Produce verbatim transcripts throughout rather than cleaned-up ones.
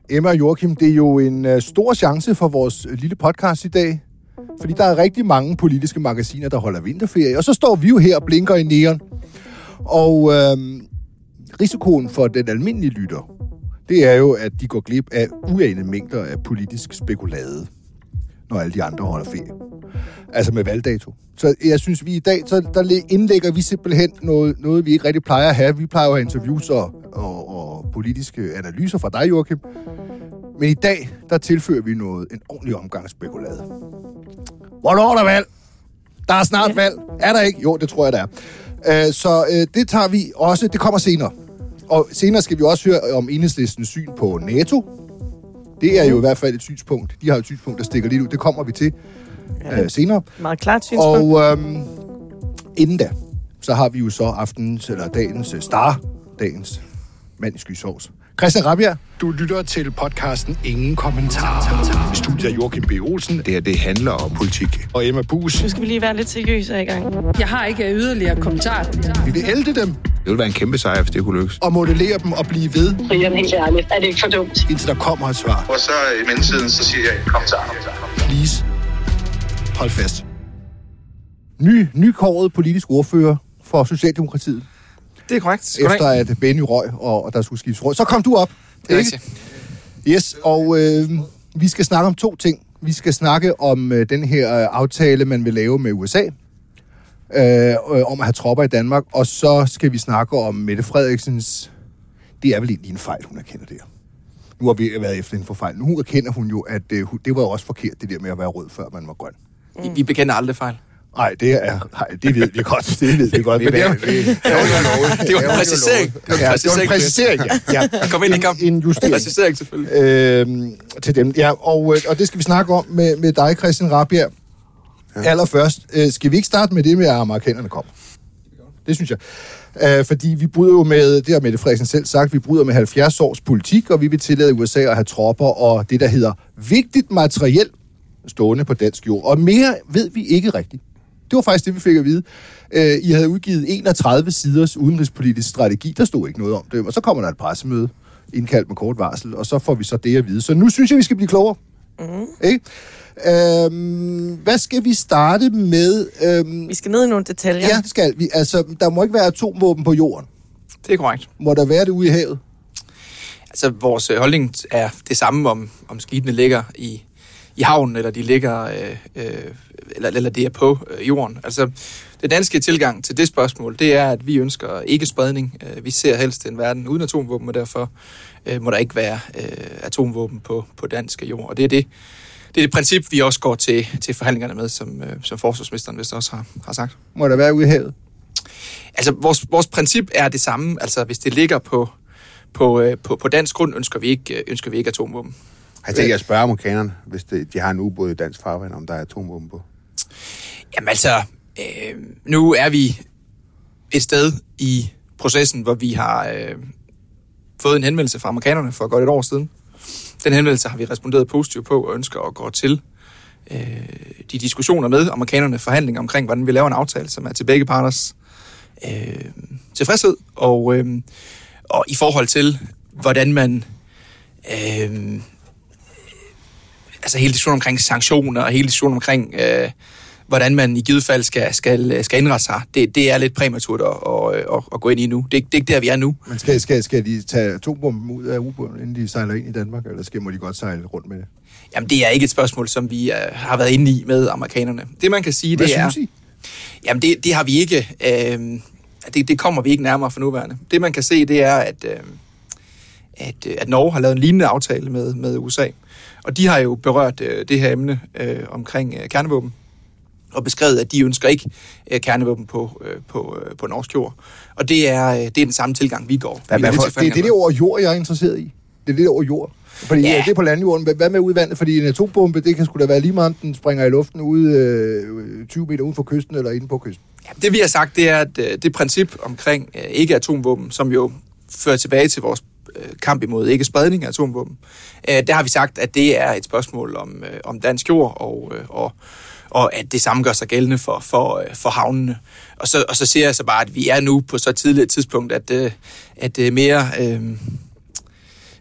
Emma og Joachim, det er jo en uh, stor chance for vores lille podcast i dag, fordi der er rigtig mange politiske magasiner, der holder vinterferie, og så står vi jo her og blinker i neon. Og øh, risikoen for den almindelige lytter, det er jo, at de går glip af uanede mængder af politisk spekulade, når alle de andre holder ferie. Altså med valgdato. Så jeg synes, vi i dag, så der indlægger vi simpelthen noget, noget, vi ikke rigtig plejer at have. Vi plejer at have interviews og, og, og politiske analyser fra dig, Joachim. Men i dag, der tilfører vi noget, en ordentlig omgang spekulade. Hvornår er der valg? Der er snart valg. Er der ikke? Jo, det tror jeg, der er. Uh, så uh, det tager vi også, det kommer senere. Og senere skal vi også høre om Enhedslistens syn på NATO. Det er jo i hvert fald et synspunkt. De har et synspunkt, der stikker lidt ud. Det kommer vi til ja, uh, senere. Meget klart synspunkt. Og um, inden da, så har vi jo så aftenens, eller dagens star, dagens mand i skysovs. Christian Rabjerg. Du lytter til podcasten Ingen Kommentarer. Studiet Joachim B. Olsen. Det her, det handler om politik. Og Emma Buus. Nu skal vi lige være lidt seriøse i gang. Jeg har ikke yderligere kommentarer. Vi vil ælde dem. Det ville være en kæmpe sejr, hvis det kunne lykkes. Og modellere dem og blive ved. Brian, helt ærligt. Er det ikke for dumt? Indtil der kommer et svar. Og så i mellemtiden, så siger jeg kommentarer. Please. Hold fast. Ny, nykåret politisk ordfører for Socialdemokratiet. Det er korrekt. Efter at Benny røg, og, og der skulle skiftes råd. Så kom du op. Det er rigtigt. Yes, og øh, vi skal snakke om to ting. Vi skal snakke om øh, den her aftale, man vil lave med U S A, øh, øh, om at have tropper i Danmark, og så skal vi snakke om Mette Frederiksens... Det er vel egentlig en fejl, hun erkender der. Nu har vi været efter hende for fejl. Nu erkender hun jo, at øh, det var jo også forkert, det der med at være rød, før man var grøn. Mm. Vi bekender aldrig fejl. Nej, det er, nej, det ved vi godt. Det ved vi godt. Men det er, det er jo en præcisering. Det er en præcisering, ja. Kom ind i kampen. En justering. Præcisering, selvfølgelig. Øhm, til dem. Ja, og, og det skal vi snakke om med, med dig, Christian Rabjerg. Ja. Allerførst, øh, skal vi ikke starte med det med, at amerikanerne kommer? Det synes jeg. Øh, fordi vi bryder jo med, det har Mette Frederiksen selv sagt, vi bryder med halvfjerds års politik, og vi vil tillade U S A at have tropper og det, der hedder vigtigt materiel stående på dansk jord. Og mere ved vi ikke rigtigt. Det var faktisk det, vi fik at vide. Øh, I havde udgivet enogtredive siders udenrigspolitisk strategi. Der stod ikke noget om det. Og så kommer der et pressemøde, indkaldt med kort varsel, og så får vi så det at vide. Så nu synes jeg, vi skal blive klogere. Mm. Ikke? Øhm, hvad skal vi starte med? Øhm, vi skal ned i nogle detaljer. Ja, det skal vi. Altså, der må ikke være atomvåben på jorden. Det er korrekt. Må der være det ude i havet? Altså, vores holdning er det samme, om, om skibene ligger i, i havnen, eller de ligger... Øh, øh, Eller, eller det er på øh, jorden. Altså, det danske tilgang til det spørgsmål, det er, at vi ønsker ikke spredning. Øh, vi ser helst en verden uden atomvåben, og derfor øh, må der ikke være øh, atomvåben på, på dansk jord. Og det er det, det er det princip, vi også går til, til forhandlingerne med, som, øh, som forsvarsministeren vist også har, har sagt. Må der være ude i havet? Altså, vores, vores princip er det samme. Altså, hvis det ligger på, på, øh, på, på dansk grund, ønsker vi ikke, ønsker vi ikke atomvåben. Jeg tænker, jeg spørger amerikanerne, hvis det, de har en ubåd i dansk farvand, om der er atomvåben på. Jamen altså, øh, nu er vi et sted i processen, hvor vi har øh, fået en henvendelse fra amerikanerne for godt et år siden. Den henvendelse har vi responderet positivt på og ønsker at gå til øh, de diskussioner med amerikanerne, forhandlinger omkring, hvordan vi laver en aftale, som er til begge parters øh, tilfredshed. Og, øh, og i forhold til, hvordan man... Øh, altså hele diskussionen omkring sanktioner og hele diskussionen omkring... Øh, hvordan man i givet fald skal, skal, skal indrette sig, det, det er lidt præmaturt at, at, at gå ind i nu. Det, det er ikke der, vi er nu. Men skal, skal, skal de tage atombomben ud af ubåden, inden de sejler ind i Danmark, eller skal må de godt sejle rundt med det? Jamen, det er ikke et spørgsmål, som vi uh, har været inde i med amerikanerne. Det, man kan sige, Hvad det er... Hvad synes I? Jamen, det, det har vi ikke... Øh, det, det kommer vi ikke nærmere for nuværende. Det, man kan se, det er, at, øh, at, at Norge har lavet en lignende aftale med, med U S A. Og de har jo berørt øh, det her emne øh, omkring øh, kernevåben. Og beskrevet, at de ønsker ikke øh, kernevåben på, øh, på, øh, på norsk jord. Og det er, øh, det er den samme tilgang, vi går. Ja, vi for, det er det der over jord, jeg er interesseret i. Det er det der over jord. Fordi ja. Det er på landjorden. Hvad med udvandet? Fordi en atombombe, det kan sgu da være lige meget, om den springer i luften ude øh, tyve meter uden for kysten eller inde på kysten. Ja, det vi har sagt, det er, at øh, det princip omkring øh, ikke-atomvåben, som jo fører tilbage til vores øh, kamp imod ikke-spredning af atomvåben, øh, der har vi sagt, at det er et spørgsmål om, øh, om dansk jord og... Øh, og og at det samme gør sig gældende for, for, for havnene. Og så, og så ser jeg så bare, at vi er nu på så tidligt et tidspunkt, at, at mere øh,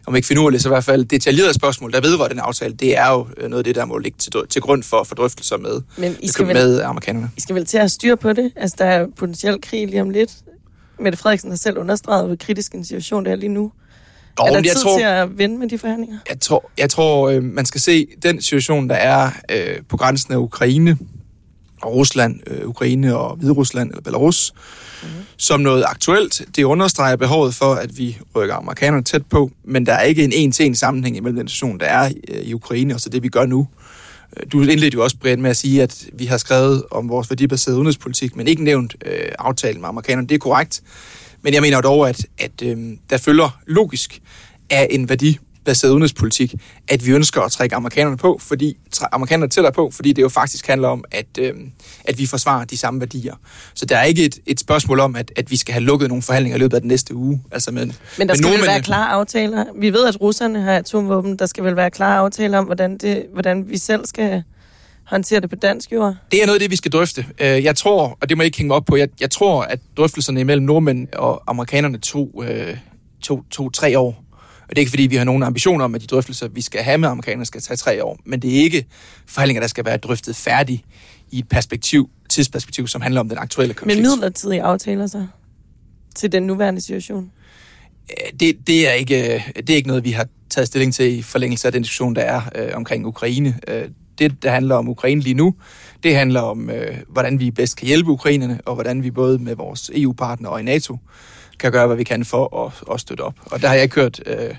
om ikke finurligt, så i hvert fald detaljerede spørgsmål, der vedrører den aftale, det er jo noget af det, der må ligge til, til grund for, for drøftelser med, Men I skal med vel, amerikanerne. I skal vel til at have styr på det? Altså, der er potentielt krig lige om lidt. Mette Frederiksen har selv understreget, hvor kritisk en situation det er lige nu. Jo, er der jeg tid tror, til at vende med de forhandlinger? Jeg tror, jeg tror øh, man skal se den situation, der er øh, på grænsen af Ukraine og Rusland, øh, Ukraine og Hviderusland eller Belarus, mm-hmm. som noget aktuelt. Det understreger behovet for, at vi rykker amerikanerne tæt på, men der er ikke en en-til-en sammenhæng imellem den situation, der er øh, i Ukraine, og så det, vi gør nu. Du indledte jo også, Brian, med at sige, at vi har skrevet om vores værdibaserede udenrigspolitik, men ikke nævnt øh, aftalen med amerikanerne. Det er korrekt. Men jeg mener dog, at, at øh, der følger logisk af en værdibaseret udenrigspolitik, at vi ønsker at trække amerikanerne på, fordi amerikanerne tæller på, fordi det jo faktisk handler om, at, øh, at vi forsvarer de samme værdier. Så der er ikke et, et spørgsmål om, at, at vi skal have lukket nogle forhandlinger i løbet af den næste uge. Altså med, Men der skal vel være klare aftaler. Vi ved, at russerne har atomvåben. Der skal vel være klare aftaler om, hvordan, det, hvordan vi selv skal håndtere det på dansk jord. Det er noget af det, vi skal drøfte. Jeg tror, og det må jeg ikke hænge mig op på, jeg, jeg tror, at drøftelserne imellem nordmænd og amerikanerne tog øh, to, to, tre år. Og det er ikke, fordi vi har nogen ambitioner om, at de drøftelser, vi skal have med amerikanerne, skal tage tre år. Men det er ikke forhandlinger, der skal være drøftet færdigt i et perspektiv, tidsperspektiv, som handler om den aktuelle konflikt. Men midlertidige aftaler så til den nuværende situation? Det, det, er ikke, det er ikke noget, vi har taget stilling til i forlængelse af den diskussion, der er øh, omkring Ukraine. Det, der handler om Ukraine lige nu, det handler om, øh, hvordan vi bedst kan hjælpe ukrainerne, og hvordan vi både med vores E U-partner og i NATO kan gøre, hvad vi kan for at, at støtte op. Og der har jeg ikke hørt... Øh,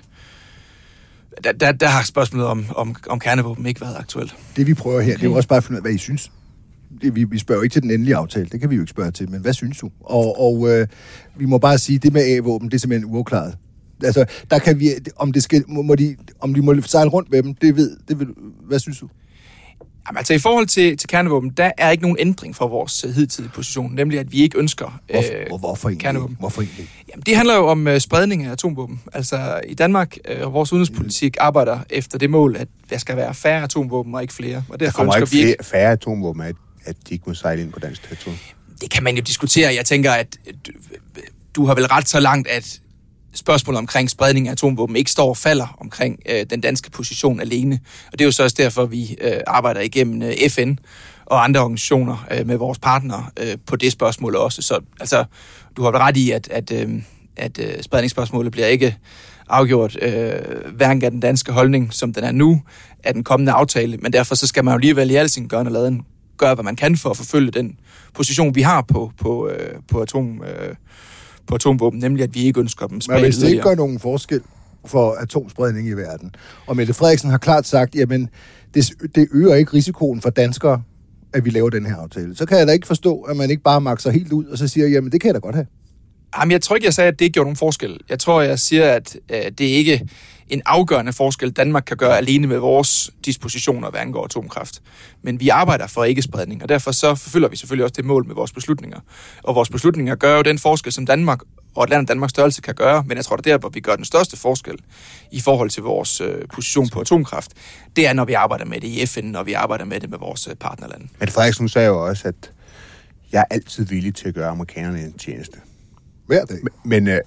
der, der, der har spørgsmålet om, om, om kernevåben ikke været aktuelt. Det vi prøver her, okay. Det er jo også bare at finde ud af, hvad I synes. Det, vi, vi spørger jo ikke til den endelige aftale, det kan vi jo ikke spørge til, men hvad synes du? Og, og øh, vi må bare sige, det med A-våben, det er simpelthen uafklaret. Altså, der kan vi, om, det skal, må de, om de må sejle rundt med dem, det ved, det ved hvad synes du? Jamen, altså i forhold til, til kernevåben, der er ikke nogen ændring fra vores hidtidige position, nemlig at vi ikke ønsker hvorfor, øh, hvorfor kernevåben. Hvorfor egentlig? Jamen, det handler jo om øh, spredning af atomvåben. Altså i Danmark, øh, vores udenrigspolitik arbejder efter det mål, at der skal være færre atomvåben og ikke flere. Og der kommer ikke, flere, ikke færre atomvåben, at, at de ikke må sejle ind på dansk territorium. Det kan man jo diskutere. Jeg tænker, at du, du har vel ret så langt, at spørgsmålet omkring spredning af atomvåben ikke står og falder omkring øh, den danske position alene. Og det er jo så også derfor, vi øh, arbejder igennem øh, F N og andre organisationer øh, med vores partnere øh, på det spørgsmål også. Så altså, du har vel ret i, at, at, øh, at øh, spredningsspørgsmålet bliver ikke afgjort øh, hverken af den danske holdning, som den er nu, af den kommende aftale. Men derfor så skal man jo alligevel i al sin gørne lade gøre, hvad man kan for at forfølge den position, vi har på, på, øh, på atom... Øh, på atomvåben, nemlig at vi ikke ønsker dem spredt. Men hvis det ikke gør nogen forskel for atomspredning i verden, og Mette Frederiksen har klart sagt, jamen, det, det øger ikke risikoen for danskere, at vi laver den her aftale, så kan jeg da ikke forstå, at man ikke bare makser helt ud, og så siger, jamen, det kan jeg da godt have. Jamen, jeg tror ikke, jeg sagde, at det ikke gjorde nogen forskel. Jeg tror, jeg siger, at øh, det er ikke en afgørende forskel, Danmark kan gøre alene med vores dispositioner, hvad angår atomkraft. Men vi arbejder for ikke-spredning, og derfor så forfølger vi selvfølgelig også det mål med vores beslutninger. Og vores beslutninger gør jo den forskel, som Danmark og et land af Danmarks størrelse kan gøre, men jeg tror, det er der, hvor vi gør den største forskel i forhold til vores øh, position på atomkraft. Det er, når vi arbejder med det i F N, når vi arbejder med det med vores øh, partnerlande. Mette Frederiksen sagde jo også, at jeg er altid villig til at gøre amerikanerne en tjeneste. Hver dag. Men, men, øh,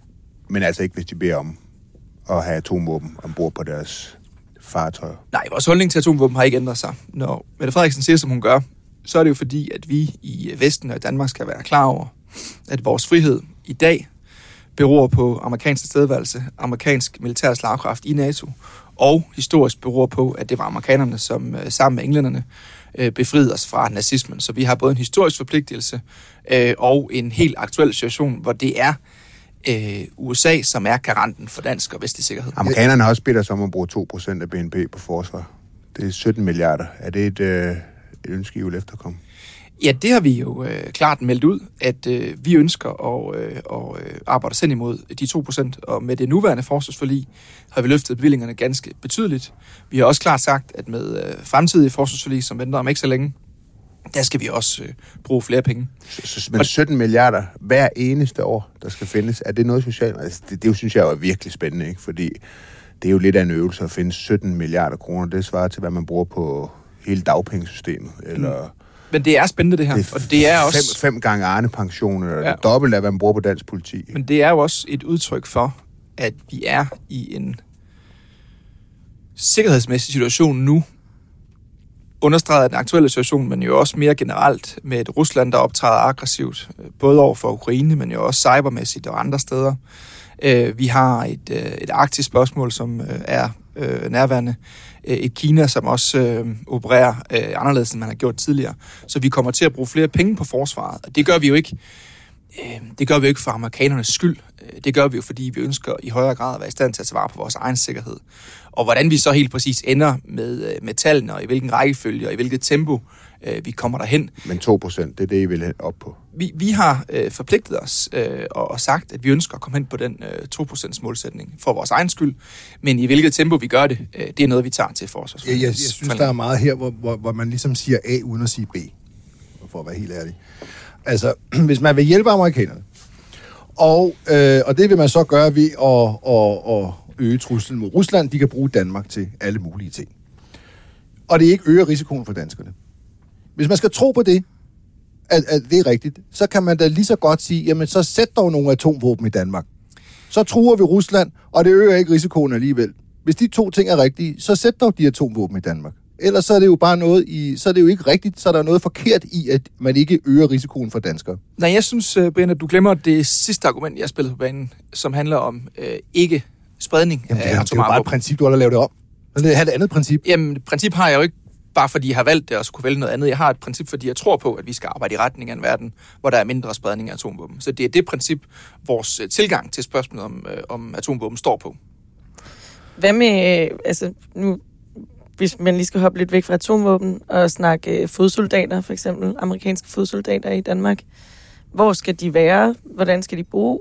men altså ikke, hvis de beder om at have atomvåben ombord på deres fartøjer. Nej, vores holdning til atomvåben har ikke ændret sig. Når Mette Frederiksen siger, som hun gør, så er det jo fordi, at vi i Vesten og i Danmark skal være klar over, at vores frihed i dag beror på amerikansk tilstedeværelse, amerikansk militær slagkraft i NATO, og historisk beror på, at det var amerikanerne, som sammen med englænderne befriede os fra nazismen. Så vi har både en historisk forpligtelse og en helt aktuel situation, hvor det er U S A, som er garanten for dansk og vestlig sikkerhed. Amerikanerne har også bedt os om at bruge to procent af B N P på forsvar. Det er sytten milliarder. Er det et, øh, et ønske, I vil efterkomme? Ja, det har vi jo øh, klart meldt ud, at øh, vi ønsker at øh, og, øh, arbejde selv imod de to procent, og med det nuværende forsvarsforlig har vi løftet bevillingerne ganske betydeligt. Vi har også klart sagt, at med øh, fremtidige forsvarsforlig, som venter om ikke så længe, der skal vi også øh, bruge flere penge. Så, men sytten milliarder hver eneste år, der skal findes, er det noget socialt? Altså, det, det synes jeg jo er virkelig spændende, ikke? Fordi det er jo lidt af en øvelse at finde sytten milliarder kroner. Det svarer til, hvad man bruger på hele dagpengesystemet, eller... Mm. Men det er spændende, det her. Det er, og det er også fem, fem gange Arne-pension, eller ja. dobbelt af, hvad man bruger på dansk politi. Men det er jo også et udtryk for, at vi er i en sikkerhedsmæssige situation nu understreger den aktuelle situation, men jo også mere generelt med et Rusland, der optræder aggressivt, både over for Ukraine, men jo også cybermæssigt og andre steder. Vi har et, et arktisk spørgsmål, som er nærværende. Et Kina, som også øh, opererer øh, anderledes, end man har gjort tidligere. Så vi kommer til at bruge flere penge på forsvaret. Og det gør vi jo ikke, øh, det gør vi jo ikke for amerikanernes skyld. Det gør vi jo, fordi vi ønsker i højere grad at være i stand til at tage vare på vores egen sikkerhed. Og hvordan vi så helt præcis ender med, med tallene, og i hvilken rækkefølge, og i hvilket tempo øh, vi kommer derhen. Men to procent, det er det, I vil op på? Vi, vi har øh, forpligtet os øh, og, og sagt, at vi ønsker at komme hen på den øh, to procent målsætning for vores egen skyld. Men i hvilket tempo vi gør det, øh, det er noget, vi tager til forsvarsforhandling. Jeg, jeg, jeg synes, der er meget her, hvor, hvor, hvor man ligesom siger A uden at sige B. For at være helt ærlig. Altså, hvis man vil hjælpe amerikanerne, og, øh, og det vil man så gøre ved at, at, at øge truslen mod Rusland. De kan bruge Danmark til alle mulige ting. Og det ikke øger risikoen for danskerne. Hvis man skal tro på det, at, at det er rigtigt, så kan man da lige så godt sige, jamen så sæt dog nogle atomvåben i Danmark. Så truer vi Rusland, og det øger ikke risikoen alligevel. Hvis de to ting er rigtige, så sæt dog de atomvåben i Danmark. Ellers så er det jo bare noget i, så er det jo ikke rigtigt, så er der noget forkert i, at man ikke øger risikoen for danskere. Nej, jeg synes, Brian, at du glemmer det sidste argument, jeg spillede på banen, som handler om øh, ikke spredning Jamen, af det er, det er jo bare et princip, du har lavet det om. Så det er et andet princip. Jamen, princip har jeg jo ikke bare fordi jeg har valgt det, og så kunne vælge noget andet. Jeg har et princip, fordi jeg tror på, at vi skal arbejde i retning af en verden, hvor der er mindre spredning af atomvåben. Så det er det princip, vores tilgang til spørgsmålet om, øh, om atomvåben står på. Hvad med, altså nu, hvis man lige skal hoppe lidt væk fra atomvåben og snakke øh, fodsoldater, for eksempel amerikanske fodsoldater i Danmark. Hvor skal de være? Hvordan skal de bo?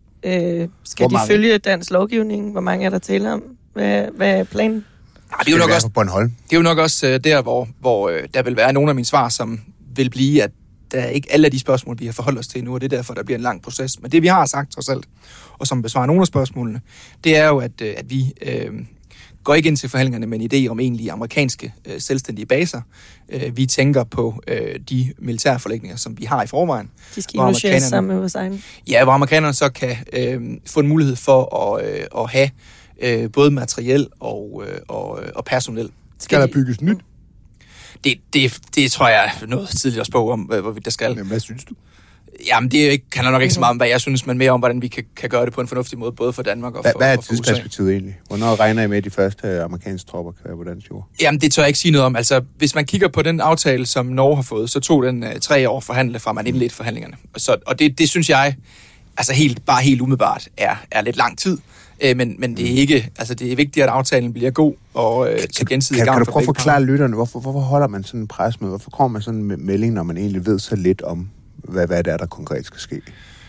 Øh, skal de følge dansk lovgivning? Hvor mange er der tale om? Hvad, hvad er planen? Ja, det er jo nok også, det er jo nok også uh, der, hvor, hvor uh, der vil være nogle af mine svar, som vil blive, at der er ikke alle af de spørgsmål, vi har forholdt os til nu, og det er derfor, der bliver en lang proces. Men det, vi har sagt trods alt, og som besvarer nogle af spørgsmålene, det er jo, at, uh, at vi uh, går ikke ind til forhandlingerne med en idé om egentlige amerikanske uh, selvstændige baser. Uh, vi tænker på uh, de militære forlægninger, som vi har i forvejen. De skal indlogeres sammen med vores egen. Ja, hvor amerikanerne så kan uh, få en mulighed for at, uh, at have Øh, både materiel og, øh, og, og personel. Skal der bygges nyt? Det, det, det tror jeg er noget tidligt at spå om, hvorvidt der skal. Jamen, hvad synes du? Jamen, det ikke, handler nok ikke så meget om, hvad jeg synes, men mere om, hvordan vi kan, kan gøre det på en fornuftig måde, både for Danmark og Hva, for Hvad er for tidsperspektivet egentlig? Hvornår regner I med, at de første amerikanske tropper kan være på dansk jord? Jamen, det tør jeg ikke sige noget om. Altså, hvis man kigger på den aftale, som Norge har fået, så tog den uh, tre år forhandle fra, man indledte forhandlingerne. Så, og det, det synes jeg, altså helt, bare helt umiddelbart, er, er lidt lang tid. Men, men det er ikke, altså det er vigtigt, at aftalen bliver god og øh, til gensidig kan, gavn kan for du prøve at forklare parter. lytterne, hvorfor, hvorfor holder man sådan en presmøde? Hvorfor kommer man sådan en melding, når man egentlig ved så lidt om, hvad, hvad det er, der konkret skal ske?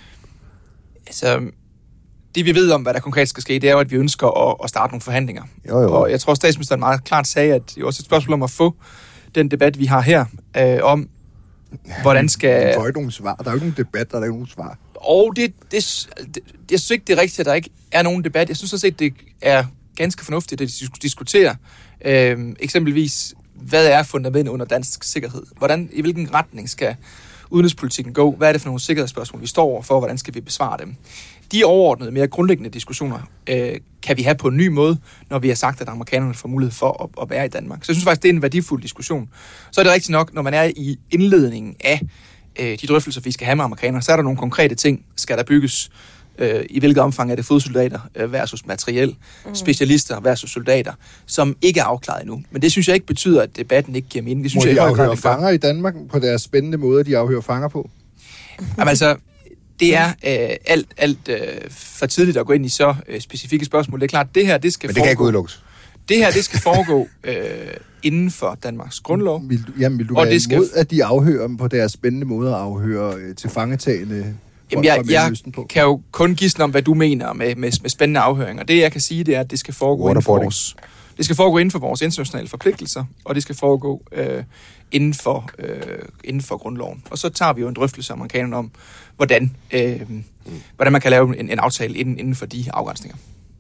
Altså, det vi ved om, hvad der konkret skal ske, det er jo, at vi ønsker at, at starte nogle forhandlinger. Jo, jo. Og jeg tror, statsministeren meget klart sagde, at det er også et spørgsmål om at få den debat, vi har her, øh, om hvordan skal... Der er jo ikke nogen svar. Der er jo ikke nogen debat, der er ikke nogen svar. Og det, det, det, jeg synes ikke, det er rigtigt, at der ikke er nogen debat. Jeg synes også, at det er ganske fornuftigt at diskutere. Øh, eksempelvis, hvad er fundamentet under dansk sikkerhed? Hvordan, i hvilken retning skal udenrigspolitikken gå? Hvad er det for nogle sikkerhedsspørgsmål, vi står overfor? Hvordan skal vi besvare dem? De overordnede, mere grundlæggende diskussioner øh, kan vi have på en ny måde, når vi har sagt, at amerikanerne får mulighed for at, at være i Danmark. Så jeg synes faktisk, det er en værdifuld diskussion. Så er det rigtigt nok, når man er i indledningen af øh, de drøftelser, vi skal have med amerikanere, så er der nogle konkrete ting. Skal der bygges? Øh, I hvilket omfang er det fodsoldater øh, versus materiel? Mm. Specialister versus soldater, som ikke er afklaret endnu. Men det synes jeg ikke betyder, at debatten ikke giver mening. Det synes Må jeg de ikke afhøre fanger i Danmark på deres spændende måde, de afhører fanger på? Jamen altså... Det er øh, alt, alt øh, for tidligt at gå ind i så øh, specifikke spørgsmål. Det er klart, det her, det skal Men det foregå... kan ikke udelukkes. Det her, det skal foregå øh, inden for Danmarks grundlov. Vil du, jamen, vil du og være det skal... imod, at de afhører dem på deres spændende måde at afhøre øh, til fangetagende Jamen, jeg, jeg kan jo kun gisne om, hvad du mener med, med, med spændende afhøringer. Det, jeg kan sige, det er, at det skal foregå inden for vores... Det skal foregå inden for vores internationale forpligtelser, og det skal foregå øh, inden, for, øh, inden for grundloven. Og så tager vi jo en drøftelse af amerikanerne om, hvordan, øh, mm. hvordan man kan lave en, en aftale inden, inden for de afgrænsninger.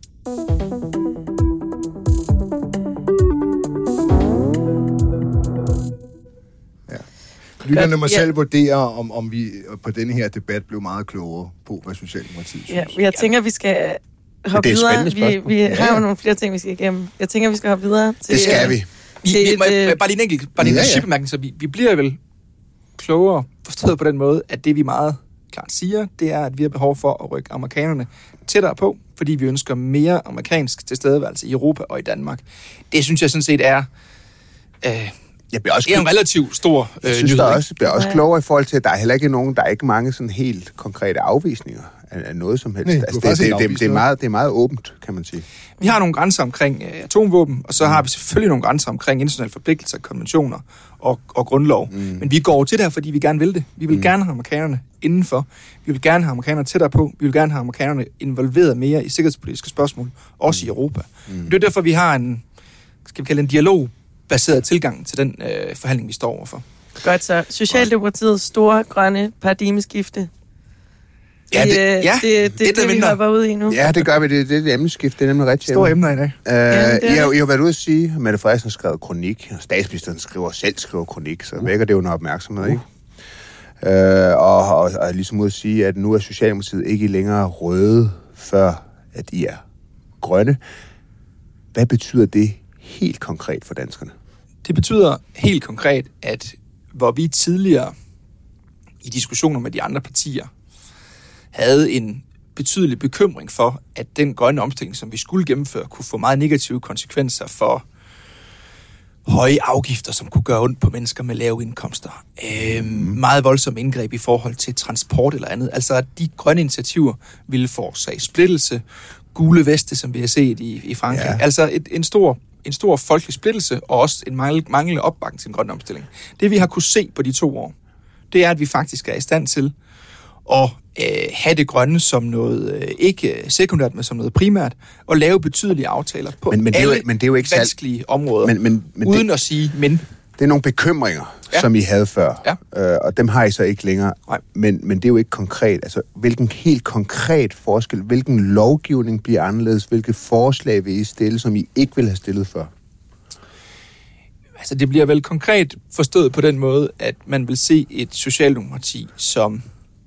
Ja. Lytterne må selv vurdere, om, om vi på denne her debat blev meget klogere på, hvad Socialdemokratiet synes. Ja, jeg tænker, vi skal hoppe det er videre. Vi, spørgsmål. vi Ja, har jo ja. nogle flere ting, vi skal igennem. Jeg tænker, vi skal hoppe videre til... Det skal vi. Vi, vi, et, må, jeg- øh, bare lige en enkelt, bare lige en ja, ja. principbemærkning, så vi, vi bliver vel klogere, forstået på den måde, at det vi meget klart siger, det er, at vi har behov for at rykke amerikanerne tættere på, fordi vi ønsker mere amerikansk tilstedeværelse i Europa og i Danmark. Det synes jeg sådan set er, øh, Jeg bliver også det er en relativt stor øh, Jeg synes, nyhed. der er ikke? også, bliver også Ja. klogere i forhold til, at der er heller ikke nogen, der er ikke mange sådan helt konkrete afvisninger af, af noget som helst. Nej, du altså, kan det, faktisk ikke det, det, afvise det, er noget. meget, det er meget åbent, kan man sige. Vi har nogle grænser omkring øh, atomvåben, og så har vi selvfølgelig nogle grænser omkring internationale forpligtelser, konventioner og, og grundlov. Mm. Men vi går til det her, fordi vi gerne vil det. Vi vil mm. gerne have amerikanerne indenfor. Vi vil gerne have amerikanerne tættere på. Vi vil gerne have amerikanerne involveret mere i sikkerhedspolitiske spørgsmål, også mm. i Europa. Mm. Det er derfor, vi har en, skal vi kalde en dialogbaseret tilgang til den øh, forhandling, vi står overfor. Godt så. Socialdemokratiets store grønne paradigmeskifte. Ja, det, ja, det, det, det, et det vi mindre. hopper ud i nu. Ja, det gør vi. Det, det er et emneskift. Det er nemlig rigtig Store emner i dag. Uh, Ja, det er I, har, det. I har været ude at sige, at Mette Frederiksen har skrevet kronik, og statsministeren skriver selv skriver kronik, så vækker det jo noget opmærksomhed, uh. ikke? Uh, og, og, og ligesom ude at sige, at nu er Socialdemokratiet ikke længere røde, før at I er grønne. Hvad betyder det helt konkret for danskerne? Det betyder helt konkret, at hvor vi tidligere i diskussioner med de andre partier havde en betydelig bekymring for, at den grønne omstilling, som vi skulle gennemføre, kunne få meget negative konsekvenser for høje afgifter, som kunne gøre ondt på mennesker med lave indkomster. Øh, meget voldsomme indgreb i forhold til transport eller andet. Altså, at de grønne initiativer ville forårsage splittelse, gule veste, som vi har set i, i Frankrig. Ja. Ja. Altså et, en stor en stor folkelig splittelse og også en manglende opbakning til en grøn omstilling. Det vi har kunne se på de to år, det er, at vi faktisk er i stand til at øh, have det grønne som noget, øh, ikke sekundært, men som noget primært, og lave betydelige aftaler på Men- men det er jo- alle men det er jo ikke salt. vanskelige områder, Men- men- men uden det- at sige men. Det er nogle bekymringer, ja. Ja. som I havde før, Ja. øh, og dem har I så ikke længere. Nej. Men, men det er jo ikke konkret. Altså, hvilken helt konkret forskel, hvilken lovgivning bliver anderledes, hvilke forslag vil I stille, som I ikke ville have stillet før? Altså, det bliver vel konkret forstået på den måde, at man vil se et socialdemokrati, som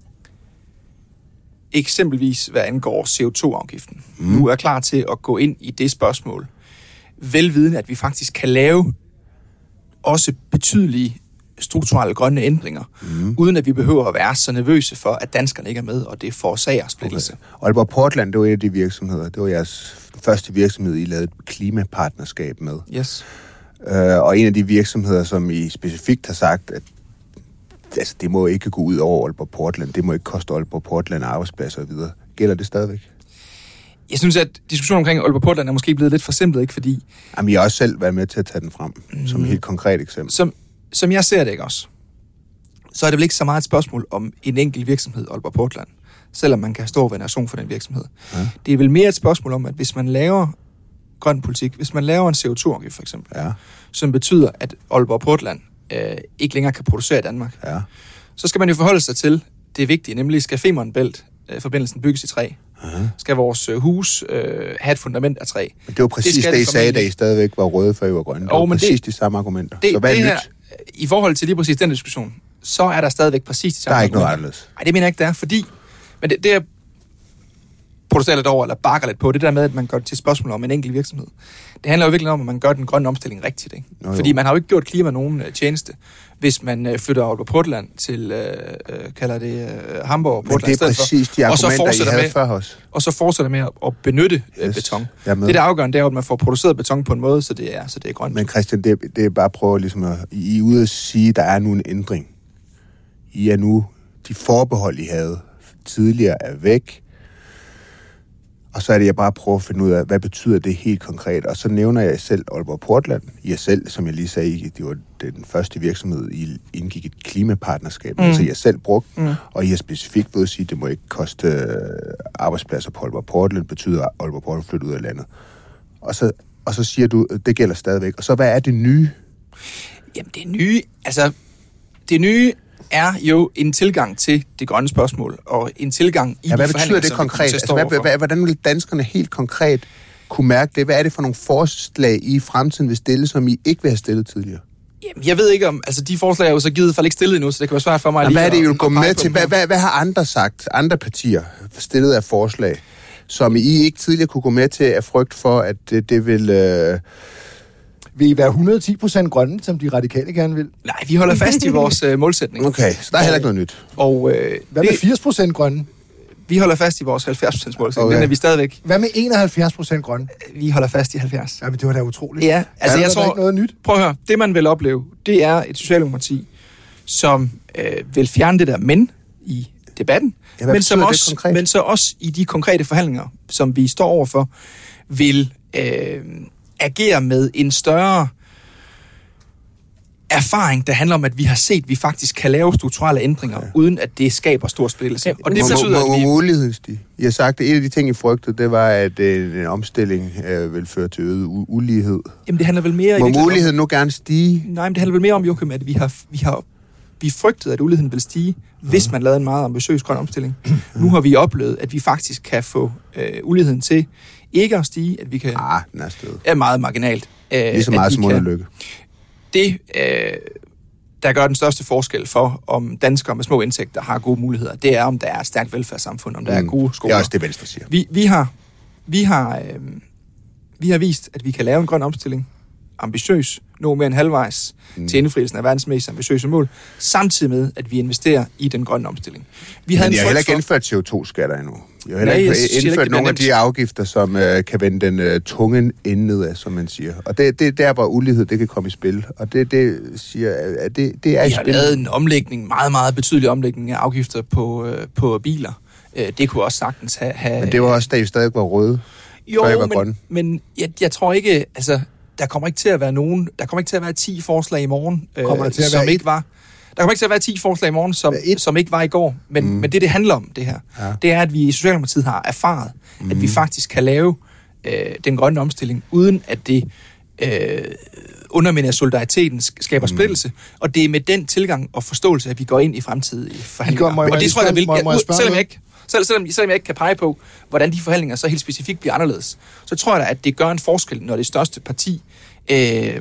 eksempelvis, hvad angår C O to afgiften, mm. nu er klar til at gå ind i det spørgsmål, velvidende, at vi faktisk kan lave også betydelige strukturelle grønne ændringer, mm. uden at vi behøver at være så nervøse for, at danskerne ikke er med, og det forårsager splittelse. Okay. Aalborg Portland, det var en af de virksomheder. Det var jeres første virksomhed, I lavede et klimapartnerskab med. Yes. Øh, og en af de virksomheder, som I specifikt har sagt, at altså, det må ikke gå ud over Aalborg Portland, det må ikke koste Aalborg Portland arbejdspladser og videre. Gælder det stadigvæk? Jeg synes, at diskussionen omkring Aalborg Portland er måske blevet lidt for simpelt, ikke? Fordi Jamen, I har også selv været med til at tage den frem, mm. som et helt konkret eksempel. som, som jeg ser det ikke også, så er det vel ikke så meget et spørgsmål om en enkelt virksomhed, Aalborg Portland, selvom man kan have stor veneration for den virksomhed. Ja. Det er vel mere et spørgsmål om, at hvis man laver grøn politik, hvis man laver en C O to afgift for eksempel, Ja, som betyder, at Aalborg Portland øh, ikke længere kan producere i Danmark, ja. så skal man jo forholde sig til det vigtige, nemlig skal Femern Bælt øh, forbindelsen bygges i træ? Uh-huh. Skal vores øh, hus øh, have et fundament af træ? Men det var præcis det, skal det I det sagde, da formentlig. I stadigvæk var røde, før I var grønne. Det Jo, var men præcis det- de samme argumenter. Det, så hvad er det nyt? her, i forhold til lige præcis den diskussion, så er der stadigvæk præcis de samme Der er ikke noget argumenter. anderledes. Nej, det mener jeg ikke, der er, fordi... Men det, det jeg protesterer lidt over, eller bakker lidt på, det der med, at man gør det til et spørgsmål om en enkelt virksomhed. Det handler jo virkelig om, at man gør den grønne omstilling rigtigt, ikke? Nå, jo. Fordi man har jo ikke gjort klima nogen uh, tjeneste, hvis man uh, flytter Aalborg Portland til, uh, uh, kalder det uh, Hamburg og Men Portland i det er stedet for. præcis de Og så argumenter, I fortsætter havde med- før os. Og så fortsætter med at, at benytte uh, Yes, beton. jeg er med. Det, der er afgørende, det er, at man får produceret beton på en måde, så det er, så det er grønt. Men Christian, det, det er bare at prøve ligesom at... I er ude at sige, at der er nu en ændring. I er nu... De forbehold, I havde tidligere, er væk. Og så er det, jeg bare prøver at finde ud af, hvad betyder det helt konkret. Og så nævner jeg selv Aalborg Portland. I er selv, som jeg lige sagde, I- det var den første virksomhed, I indgik et klimapartnerskab. Mm. Altså, I har selv brugt, mm. og I har specifikt ved at sige, at det må ikke koste øh, arbejdspladser på Aalborg Portland, betyder, at Aalborg Portland flytter ud af landet. Og så, og så siger du, at det gælder stadigvæk. Og så, hvad er det nye? Jamen, det nye, altså, det nye er jo en tilgang til det grønne spørgsmål, og en tilgang i Ja, hvad de betyder forhandlinger, det som vi kommer konkret? til at Altså, stå hvad, overfor. hvad, hvordan vil danskerne helt konkret kunne mærke det? Hvad er det for nogle forslag, I i fremtiden vil stille, som I ikke vil have stillet tidligere? Jamen, jeg ved ikke om, altså de forslag er jo så givet for ikke stillet endnu, så det kan være svært for mig Og lige hvad er det, I at- vil at gå pege med på til? dem Hvad, her. hvad, hvad har andre sagt? Andre partier stillet af forslag? som I ikke tidligere kunne gå med til af frygt for, at det, det vil... Øh... Vil I være et hundrede og ti procent grønne, som de radikale gerne vil? Nej, vi holder fast i vores øh, målsætning. Okay, så der er heller ikke noget nyt. Og, øh, Hvad med firs procent grønne? Vi holder fast i vores halvfjerds procent målsætning. Okay. Den er vi stadigvæk. Hvad med enoghalvfjerds procent grønne? Vi holder fast i halvfjerds. Ja, men det var da utroligt. Ja, altså er jeg der tror... ikke noget nyt? Prøv at høre, det man vil opleve, det er et socialdemokrati, som øh, vil fjerne det der men i debatten, ja, men, som også, men så også i de konkrete forhandlinger, som vi står overfor, vil øh, agere med en større erfaring, der handler om, at vi har set, at vi faktisk kan lave strukturelle ændringer, ja. uden at det skaber stor splittelse. Og det betyder, at vi... Må uligheden stige? I har sagt, at en af de ting, I frygtede, det var, at en omstilling øh, vil føre til øget u- ulighed. Jamen, det handler vel mere... Må uligheden nu gerne stige? Nej, men det handler vel mere om, Joachim, at vi har, vi har vi frygtede, at uligheden vil stige, ja. hvis man lavede en meget ambitiøs grøn omstilling. Ja. Nu har vi oplevet, at vi faktisk kan få øh, uligheden til ikke at stige, at vi kan... Ah, den er stedet. Er meget marginalt. Øh, Lige så meget som under Lykke. Det, øh, der gør den største forskel for, om danskere med små indtægter har gode muligheder, det er, om der er et stærkt velfærdssamfund, om der mm. er gode skoler. Det er også det, Venstre siger. Vi, vi, har, vi, har, øh, vi har vist, at vi kan lave en grøn omstilling, ambitiøs, nå mere end halvvejs, mm. til indfrielsen af verdens mest ambitiøse mål, samtidig med, at vi investerer i den grønne omstilling. Vi Men jeg har heller ikke indført C O to skatter endnu. Jeg har heller ikke indført ikke, nogle af de afgifter, som øh, kan vende den øh, tunge ende nedad, som man siger. Og det, det er der, hvor ulighed det kan komme i spil. Og det, det siger, at det, det er vi i har spil. lavet en omlægning, meget, meget betydelig omlægning af afgifter på, øh, på biler. Øh, det kunne også sagtens have... have Men det var også, da I stadig var røde, jo, før I var men, grønne. men jeg, jeg tror ikke... Altså, der kommer ikke til at være nogen... Der kommer ikke til at være ti forslag i morgen, øh, kommer til at som være ikke var... Der kommer ikke til at være ti forslag i morgen, som, som ikke var i går. Men, mm. men det, det handler om, det her, ja. det er, at vi i Socialdemokratiet har erfaret, mm. at vi faktisk kan lave øh, den grønne omstilling, uden at det øh, underminerer solidariteten, skaber mm. splittelse. Og det er med den tilgang og forståelse, at vi går ind i fremtidige forhandlinger. Går, og det tror jeg, der vil... Jeg, selvom jeg ikke... Selv, selvom, selvom jeg ikke kan pege på, hvordan de forhandlinger så helt specifikt bliver anderledes, så tror jeg da, at det gør en forskel, når det største parti... Øh,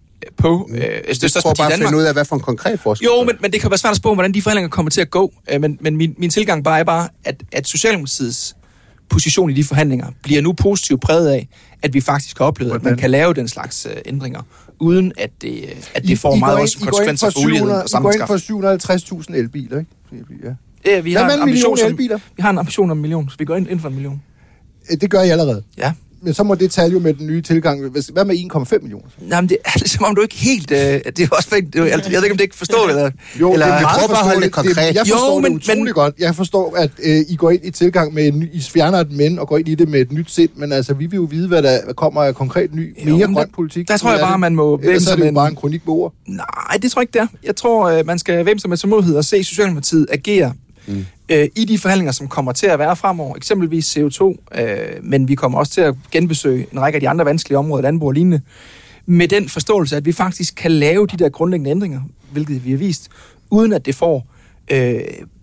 på øh, det, det tror bare at finde ud af, hvad for en konkret forskel. Jo, men, men det kan være svært at spå, hvordan de forhandlinger kommer til at gå. Øh, men men min, min tilgang bare er bare, at, at Socialdemokratiets position i de forhandlinger bliver nu positivt præget af, at vi faktisk har oplevet, hvordan? At man kan lave den slags øh, ændringer, uden at det, at det får I, meget I også konsekvenser for uligheden og sammenskab. I går ind for syv hundrede og halvtreds tusind elbiler, ikke? Ja. Ja, vi, har en ambition, som, vi har en ambition om en million, så vi går ind, ind for en million. Det gør I allerede? Ja. Men så må det tale jo med den nye tilgang. Hvad med en komma fem millioner? Nej, men det er som om du ikke helt... Øh, det er også fint, jeg, jeg ved ikke, om det ikke forstår det. Eller, jo, eller, det er meget bare holde det konkret. Det, jeg forstår jo, men, det utroligt men, godt. Jeg forstår, at øh, I går ind i tilgang med en ny... I fjerner et men og går ind i det med et nyt sind. Men altså, vi vil jo vide, hvad der kommer af konkret ny, mere jo, grøn politik. Der tror jeg bare, man må... Ellers er det jo bare en kronik med ord. Nej, det tror jeg ikke, det er. Jeg tror, man skal væmme sig med tålmodighed og se Socialdemokratiet agere Mm. Øh, i de forhandlinger, som kommer til at være fremover, eksempelvis C O to, øh, men vi kommer også til at genbesøge en række af de andre vanskelige områder, landbrug og lignende, med den forståelse, at vi faktisk kan lave de der grundlæggende ændringer, hvilket vi har vist, uden at det får øh,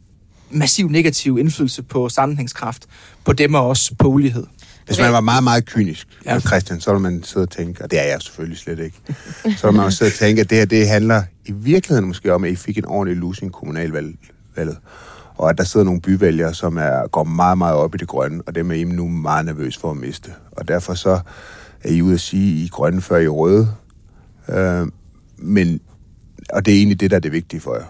massiv negativ indflydelse på sammenhængskraft, på dem og også på ulighed. Hvis man var meget, meget kynisk, ja. Christian, så ville man sidde og tænke, og det er jeg selvfølgelig slet ikke, så ville man også sidde og tænke, at det her, det handler i virkeligheden måske om, at I fik en ordentlig losing kommunalvalget. Og at der sidder nogle byvælgere, som er, går meget, meget op i det grønne, og dem er I nu meget nervøs for at miste. Og derfor så er I ude at sige, at I er grønne, før I er røde. Øh, men, og det er egentlig det, der er det vigtige for jer.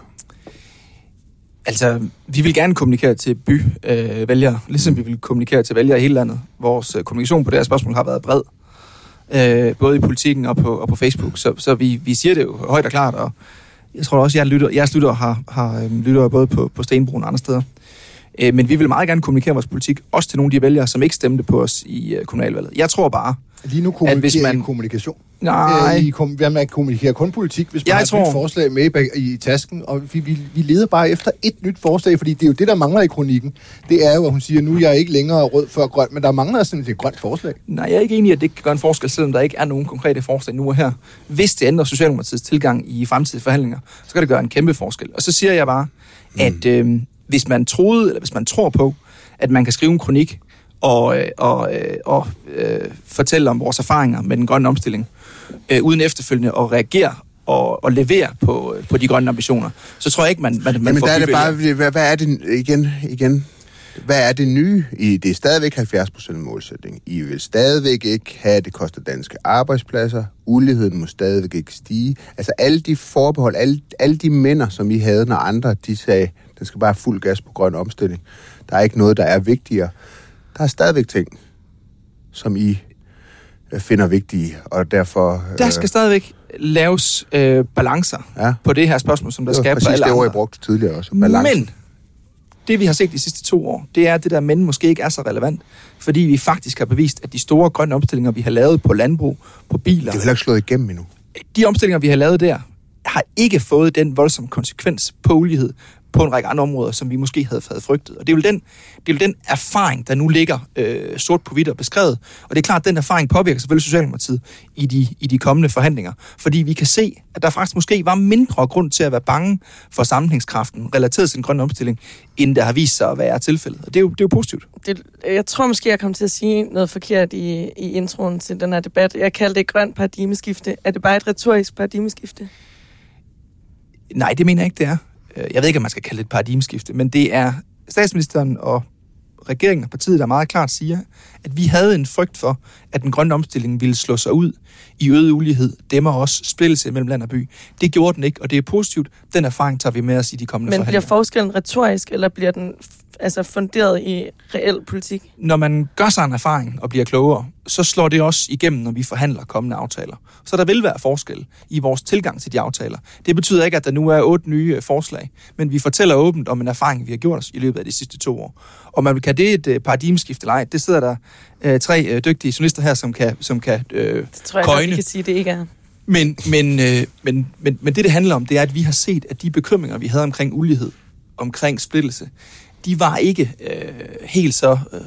Altså, vi vil gerne kommunikere til byvælgere, øh, ligesom vi vil kommunikere til vælgere i hele landet. Vores øh, kommunikation på det her spørgsmål har været bred, øh, både i politikken og på, og på Facebook. Så, så vi, vi siger det jo højt og klart, og jeg tror også, at jeres lytter, jeres lytter har, har øhm, lytter både på, på Stenbroen og andre steder. Øh, men vi vil meget gerne kommunikere vores politik, også til nogle af de vælgere, som ikke stemte på os i øh, kommunalvalget. Jeg tror bare, lige nu kommunikerer at hvis man... I kommunikation. Nej. I kom, hvad med at kommunikere kun politik, hvis man jeg har tror... et nyt forslag med i, i tasken, og vi, vi, vi leder bare efter et nyt forslag, fordi det er jo det, der mangler i kronikken. Det er jo, at hun siger, nu er jeg ikke længere rød før grøn, men der mangler sådan et grønt forslag. Nej, jeg er ikke enig i, at det ikke kan gøre en forskel, selvom der ikke er nogen konkrete forslag nu og her. Hvis det ændrer Socialdemokratiets tilgang i fremtidige forhandlinger, så kan det gøre en kæmpe forskel. Og så siger jeg bare, mm. at øh, hvis man troede, eller hvis man tror på, at man kan skrive en kronik, og, og, og øh, fortælle om vores erfaringer med den grønne omstilling, øh, uden efterfølgende at reagere og, og levere på, på de grønne ambitioner, så tror jeg ikke, man, man, man Jamen, får der er det bare, hvad, hvad er det igen? igen? Hvad er det nye? I, det er stadigvæk halvfjerds procent målsætning. I vil stadigvæk ikke have, at det koster danske arbejdspladser. Uligheden må stadigvæk ikke stige. Altså alle de forbehold, alle, alle de minder, som I havde, når andre de sagde, der skal bare fuld gas på grøn omstilling. Der er ikke noget, der er vigtigere. Der er stadigvæk ting, som I finder vigtige, og derfor... Der skal øh, stadigvæk laves øh, balancer ja. på det her spørgsmål, som der skal på alle andre. Det var præcis det ord, jeg brugte tidligere også. Balance. Men det, vi har set de sidste to år, det er, at det der men måske ikke er så relevant, fordi vi faktisk har bevist, at de store grønne omstillinger, vi har lavet på landbrug, på biler... Det er heller ikke slået igennem endnu. De omstillinger, vi har lavet der, har ikke fået den voldsomme konsekvens på ulighed på en række andre områder, som vi måske havde, havde frygtet. Og det er jo den, det er jo den erfaring, der nu ligger øh, sort på hvidt og beskrevet. Og det er klart, at den erfaring påvirker selvfølgelig Socialdemokratiet i de, i de kommende forhandlinger. Fordi vi kan se, at der faktisk måske var mindre grund til at være bange for sammenhængskraften relateret til den grønne omstilling, end der har vist sig at være tilfældet. Og det er jo, det er jo positivt. Det, jeg tror måske, jeg kom til at sige noget forkert i, i introen til den her debat. Jeg kaldte det grønt paradigmeskifte. Er det bare et retorisk paradigmeskifte? Nej, det mener jeg ikke, det er. Jeg ved ikke, om man skal kalde det et paradigmeskifte, men det er statsministeren og regeringen og partiet, der meget klart siger, at vi havde en frygt for, at den grønne omstilling ville slå sig ud i øget ulighed, dæmmer også splittelse mellem land og by. Det gjorde den ikke, og det er positivt. Den erfaring tager vi med os i de kommende men forhandlinger. Men bliver forskellen retorisk, eller bliver den altså funderet i reel politik? Når man gør sig en erfaring og bliver klogere, så slår det også igennem, når vi forhandler kommende aftaler. Så der vil være forskel i vores tilgang til de aftaler. Det betyder ikke, at der nu er otte nye forslag, men vi fortæller åbent om en erfaring, vi har gjort os i løbet af de sidste to år. Og man kan det et paradigmeskifte eller ej. Det sidder der øh, tre øh, dygtige journalister her, som kan, som kan øh, det tror jeg køjne. Godt, vi kan sige, det ikke er. Men, men, øh, men, men, men det, det handler om, det er, at vi har set, at de bekymringer, vi havde omkring ulighed, omkring splittelse, de var ikke øh, helt så... Øh,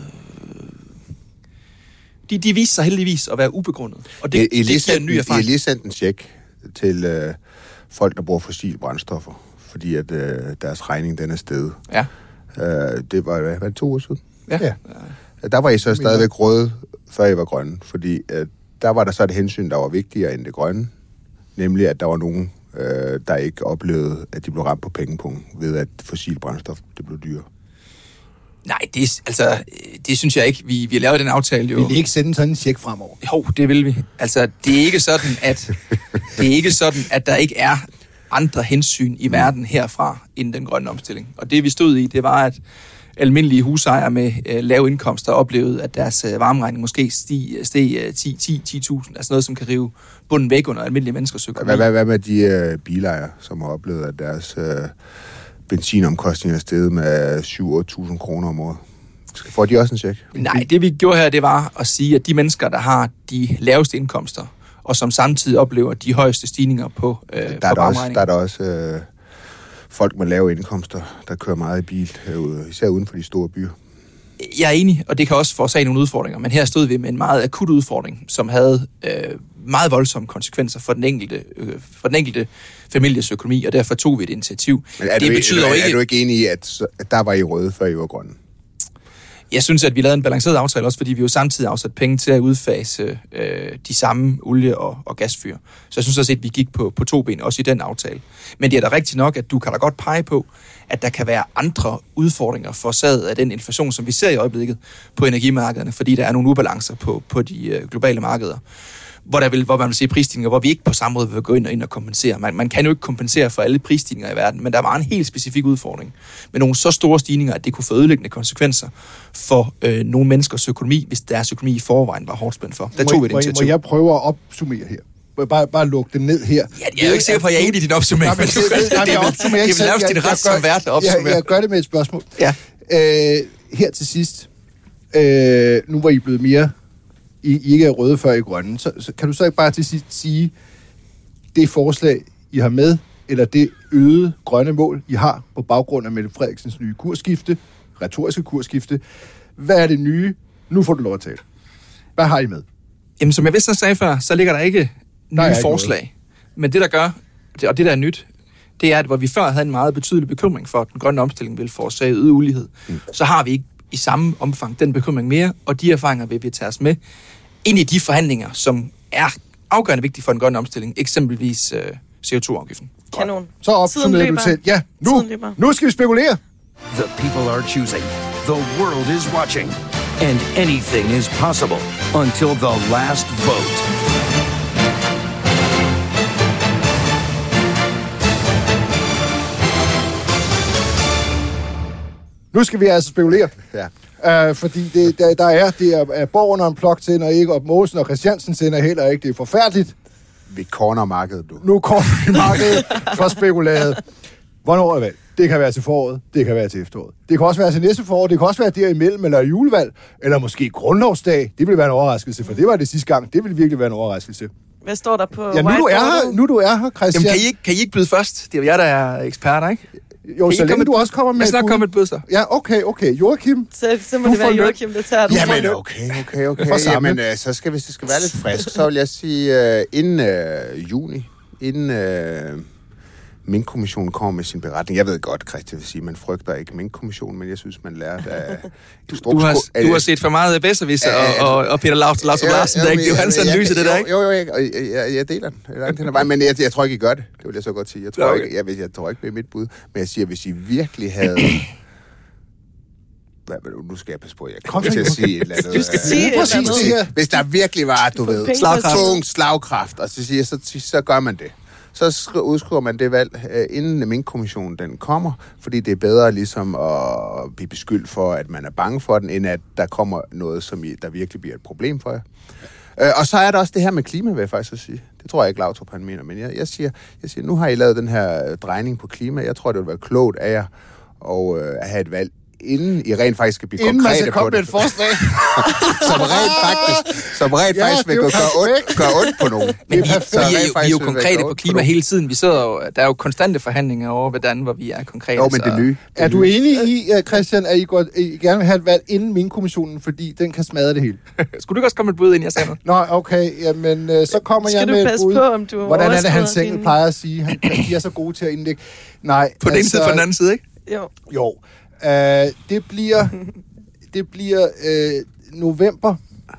de, de viste sig heldigvis at være ubegrundet. Og det, I, I det giver en ny erfaring. I lige sendt en check til øh, folk, der bruger fossile brændstoffer, fordi at øh, deres regning den er steget. Ja. Øh, det var, hvad, var det to år siden? Ja. ja. Der var I så stadigvæk røde, før I var grønne, fordi øh, der var der så et hensyn, der var vigtigere end det grønne, nemlig at der var nogen, øh, der ikke oplevede, at de blev ramt på pengepunkt ved, at fossil brændstof det blev dyrere. Nej, det, altså, det synes jeg ikke. Vi, vi har lavet den aftale jo... Vil I ikke sende sådan en check fremover? Jo, det vil vi. Altså, det er ikke sådan, at, det er ikke sådan, at der ikke er andre hensyn i verden herfra end den grønne omstilling. Og det, vi stod i, det var, at almindelige husejere med øh, lave indkomster oplevede, at deres øh, varmeregning måske steg, steg ti til ti tusind. Altså noget, som kan rive bunden væk under almindelige menneskers økonomi. Hvad, hvad, hvad med de øh, bilejere, som har oplevet, at deres... Øh benzinomkostninger er steget med syv til otte tusind kroner om året? Får de også en check? Nej, det vi gjorde her, det var at sige, at de mennesker, der har de laveste indkomster, og som samtidig oplever de højeste stigninger på, øh, der, på er der, også, varmeregningen. der er der også øh, folk med lave indkomster, der kører meget i bil, herude, især uden for de store byer. Jeg er enig, og det kan også forårsage nogle udfordringer, men her stod vi med en meget akut udfordring, som havde øh, meget voldsomme konsekvenser for den enkelte, øh, for den enkelte families økonomi, og derfor tog vi et initiativ. Men er, det du, betyder er, jo ikke, er du ikke enig i, at, at der var I røde, før I var grønne? Jeg synes, at vi lavede en balanceret aftale, også fordi vi jo samtidig afsat penge til at udfase øh, de samme olie- og, og gasfyr. Så jeg synes også, at vi gik på, på to ben, også i den aftale. Men det er da rigtigt nok, at du kan da godt pege på, at der kan være andre udfordringer forårsaget af den inflation, som vi ser i øjeblikket på energimarkederne, fordi der er nogle ubalancer på, på de øh, globale markeder. Hvor, der vil, hvor man vil se prisstigninger, hvor vi ikke på samme måde vil gå ind og, ind og kompensere. Man, man kan jo ikke kompensere for alle prisstigninger i verden, men der var en helt specifik udfordring med nogle så store stigninger, at det kunne få ødelæggende konsekvenser for øh, nogle menneskers økonomi, hvis deres økonomi i forvejen var hårdt spændt for. Der tog vi et initiativ. Må jeg prøve at opsummere her? Bare, bare lukke det ned her. Ja, jeg er jo ikke sikker på, at jeg er enig i din opsummering, men du gør det. Det vil laves din ret som vært at opsummere. Jeg, jeg gør det med et spørgsmål. Ja. Øh, her til sidst. Øh, nu var I blevet mere... I, I ikke er røde før I er grønne. Så, så kan du så ikke bare til sidst sige, det forslag, I har med, eller det øgede grønne mål, I har på baggrund af Mette Frederiksens nye kursskifte, retoriske kursskifte. Hvad er det nye? Nu får du lov at tale. Hvad har I med? Jamen, som jeg vist sagde før, så ligger der ikke nye ikke forslag. Noget. Men det, der gør, og det, der er nyt, det er, at hvor vi før havde en meget betydelig bekymring for, at den grønne omstilling ville forårsage øget ulighed, mm. så har vi ikke i samme omfang den bekymring mere, og de erfaringer vil vi tage os med ind i de forhandlinger, som er afgørende vigtige for den grønne omstilling, eksempelvis øh, C O to afgiften. Kanon. Så opsummerer du til. Ja, nu, nu skal vi spekulere. The people are choosing. The world is watching, and anything is possible until the last vote. Nu skal vi altså spekulere. Ja. Uh, fordi det, der, der er, det er, er Borgen og en plok sender ikke, og Mosen og Christiansen sender heller ikke. Det er forfærdeligt. Vi corner markedet, du. Nu kommer vi markedet for spekuleret. Hvornår er valg? Det kan være til foråret, det kan være til efteråret. Det kan også være til næste forår, det kan også være derimellem, eller julevalg, eller måske grundlovsdag. Det vil være en overraskelse, for det var det sidste gang. Det vil virkelig være en overraskelse. Hvad står der på Ja, nu du er her, nu du er her, Christian. Jamen, kan I ikke, kan I ikke byde først? Det er jo jer, der er eksperter, ikke? Jo, så længe du også kommer med Jeg skal nok bud. komme med et bud, så. Ja, okay, okay. Joachim. Så, så må det være Joachim, der tager den. Jamen, okay, okay, okay. Jamen, øh, så skal, hvis det skal være lidt frisk, så vil jeg sige, øh, inden øh, juni, inden øh, Mink-kommissionen kommer med sin beretning. Jeg ved godt, Christian vil sige, man frygter ikke Mink-kommissionen, men jeg synes, man lærer af... Du, du, har, du har set for meget Besserwisser og, og, og Peter Lauter Larsen, det er ikke jo hans analyse, det der, ikke? Jo, jo, jeg, jeg, jeg deler den. Men jeg, jeg tror ikke, I gør det. Det vil jeg så godt sige. Jeg tror, okay. ikke, jeg, jeg tror ikke, det er mit bud. Men jeg siger, hvis I virkelig havde... Hvad, nu skal jeg passe på, jeg kommer til at sige et eller andet. Du skal sige et eller andet. Hvis, hvis der virkelig var, du ved, slagkraft. tung slagkraft, og så, siger, så, så gør man det. Så udskriver man det valg, inden Mink-kommissionen den kommer, fordi det er bedre ligesom at blive beskyldt for, at man er bange for den, end at der kommer noget, som I, der virkelig bliver et problem for jer. Ja. Og så er der også det her med klima, vil jeg faktisk sige. Det tror jeg ikke, Lautrup han mener, men jeg, jeg, siger, jeg siger, nu har I lavet den her drejning på klima. Jeg tror, det vil være klogt af jer at, øh, at have et valg, inden I rent faktisk skal blive inden konkrete på det. Inden man skal komme med et forslag. som rent faktisk, som rent Ja, faktisk vil gøre ondt, gøre ondt på nogen. Men vi, vi, Så er rent jo, vi er faktisk jo vil konkrete gøre på ondt klima nogen. hele tiden. Vi sidder jo, der er jo konstante forhandlinger over, hvordan hvor vi er konkrete. Jo, men det er nye. Er du enig i, Christian, at I, går, I gerne vil have et valg inden Mink-kommissionen, fordi den kan smadre det hele? Skulle du ikke også komme med et bud, inden jeg sagde noget? Nå, okay, jamen øh, så kommer Skal jeg du med et passe bud. på, om du Hvordan er det, overskrider Hans Engel din- plejer at sige? Han, de er så gode til at indlægge. Nej, På den ene side og på den anden side, ikke? Jo. Jo. Øh, det bliver, det bliver øh, november.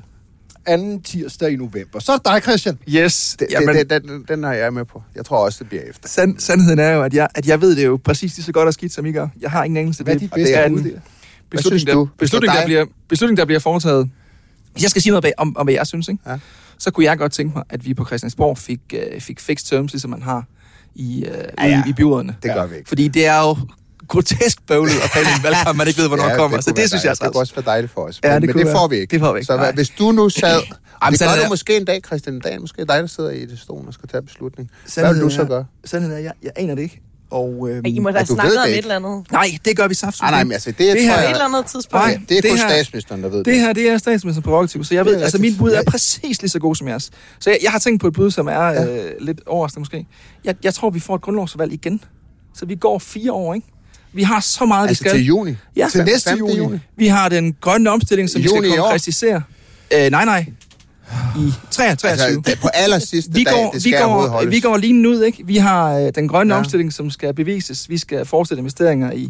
Anden tirsdag i november. Så er det dig, Christian. Yes. Det, Jamen, det, det, den, den er jeg med på. Jeg tror også, det bliver efter. sand, sandheden er jo, at jeg, at jeg ved det jo præcis lige så godt og skidt, som I gør. Jeg har ingen anelse. Hvad er Det- dit og det bedste er bud en der? beslutning, synes der, du? beslutning, Hvis der, det er bliver, beslutning, der bliver foretaget. Hvis jeg skal sige noget bag, om, om, hvad jeg synes, ikke? Ja. Så kunne jeg godt tænke mig, at vi på Christiansborg fik, uh, fik fixed terms, ligesom man har i, uh, Ja, ja. i, i byrådene. Det gør vi ikke. Fordi det er jo grotesk bøvlet at kalde en valgkamp, man ikke ved, hvornår Ja, kommer. det Så kunne det være synes jeg er dejligt. Det kunne træls. også være dejligt for os. Ja, Men, det men kunne det være. får vi ikke. Det får vi ikke, Så hvad, nej. hvis du nu sad... Jamen, det sådan gør er- du måske en dag, Christian, en dag. Måske er dig, der sidder i det stolen og skal tage beslutning. Hvad Sandheden vil du så er- gøre? Sandheden er, jeg, jeg aner det ikke. Og, øhm, Ej, I må da Ja, du snakke ved om det et ikke. eller andet. nej, det gør vi saft. Ah, nej, men altså, det, Det det her- tror På jeg... et eller andet tidspunkt. Nej, Det er det kun her- statsministeren, der ved det. Det her, det er statsministerens prerogativ, så jeg ved, Det er altså rigtigt. min bud er Ja. præcis lige så god som jeres. Så jeg, jeg har tænkt på et bud, som er øh, lidt overraskende måske. Jeg, jeg tror, vi får et grundlovsvalg igen. Så vi går fire år, ikke? Vi har så meget, Altså vi skal. til juni? Ja, Til næste femte juni. vi har den grønne omstilling, som vi Juni i skal år? konkretisere. Øh, nej, nej. I treogtyve. Altså, det- på allersidste vi dag, går, det vi skal går, overholdes. vi går lige ud, ikke? Vi har øh, den grønne Ja. ja. omstilling, som skal bevises. Vi skal fortsætte investeringer i,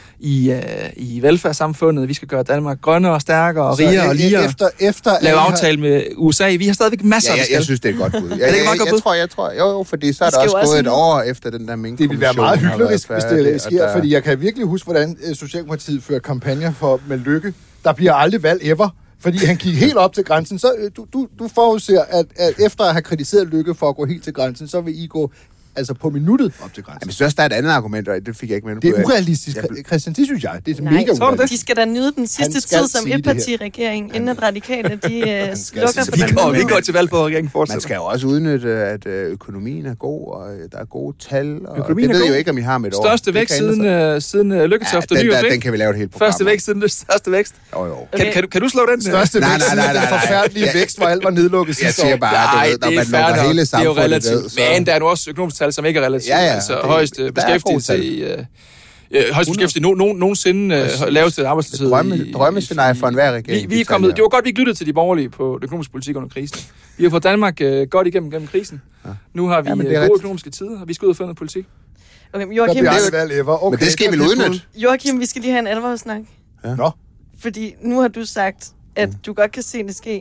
i, øh, i velfærdssamfundet. Vi skal gøre Danmark grønnere og stærkere og Så, rigere og øh, ligere. Efter, efter Lave at I har- aftale med U S A. Vi har stadigvæk masser Ja, af jeg, vi skal. jeg synes, det er et godt bud. Jeg, det ikke jeg, meget godt jeg, bud? jeg tror, jeg tror, jo, jo, fordi så er Vi der skal også jo også gået et lige- år efter den der mink. Det vil være meget hyklerisk, hvis det sker, fordi jeg kan virkelig huske, hvordan øh, Socialdemokratiet førte kampagner for med Lykke. Der bliver aldrig valg ever, fordi han gik helt op til grænsen. Så øh, du, du, du forudser, at, at efter at have kritiseret Lykke for at gå helt til grænsen, så vil I gå altså på minuttet op til grænsen. Jeg synes også, der er et andet argument, og det fik jeg ikke med. Det er urealistisk, Christian, det synes jeg. Det er Nej, mega tror du det? urealistisk. De skal da nyde den sidste Han skal tid som sige det her. etpartiregering, inden at radikale de uh, skal slukker sige for det. Vi den går, vi mulighed. går til valg på, at regeringen Man fortsætter. skal jo også udnytte, at øh, økonomien er god, og øh, der er gode tal. Og Økonomien det er ved jeg god. jo ikke, om I har med et år. Største Det vækst kan ændre siden, sig. øh, siden uh, Lykketoft Ja, og den, Nyrup, der, ikke? den kan vi lave et helt program Første om. vækst siden det største vækst. Jo, jo. Kan, Okay. kan, du, kan du slå den? Største Nej, vækst nej, nej, siden nej, den nej. forfærdelige Ja. vækst, hvor alt var nedlukket Jeg sidste siger år. bare, Nej, du ved, når det er man fair lukker nok. hele Det er jo samfundet relativt. ned, så... Men der er nu også økonomiske tal, som ikke er relativt. Ja, ja, Altså det- højeste der er beskæftigelse gode i... Øh, øh, højeste beskæftigelse no, no, nogensinde øh, laveste arbejdsløshed. Drømme, i- drømmescenarie for enhver regering. Vi, vi er kommet, det var godt, vi lyttede til de borgerlige på det økonomiske politik under krisen. Vi har fået Danmark øh, godt igennem gennem krisen. Ja. Nu har vi Ja, men det ja, er gode rigtigt. økonomiske tider, og vi skal ud og føre noget politik. Okay, men Der Joachim, bliver vi, aldrig valg ever. Okay, Men det skal I vel udnytte? Joachim, vi skal lige have en alvorssnak. Nå, Fordi nu har du sagt, at du godt kan se det ske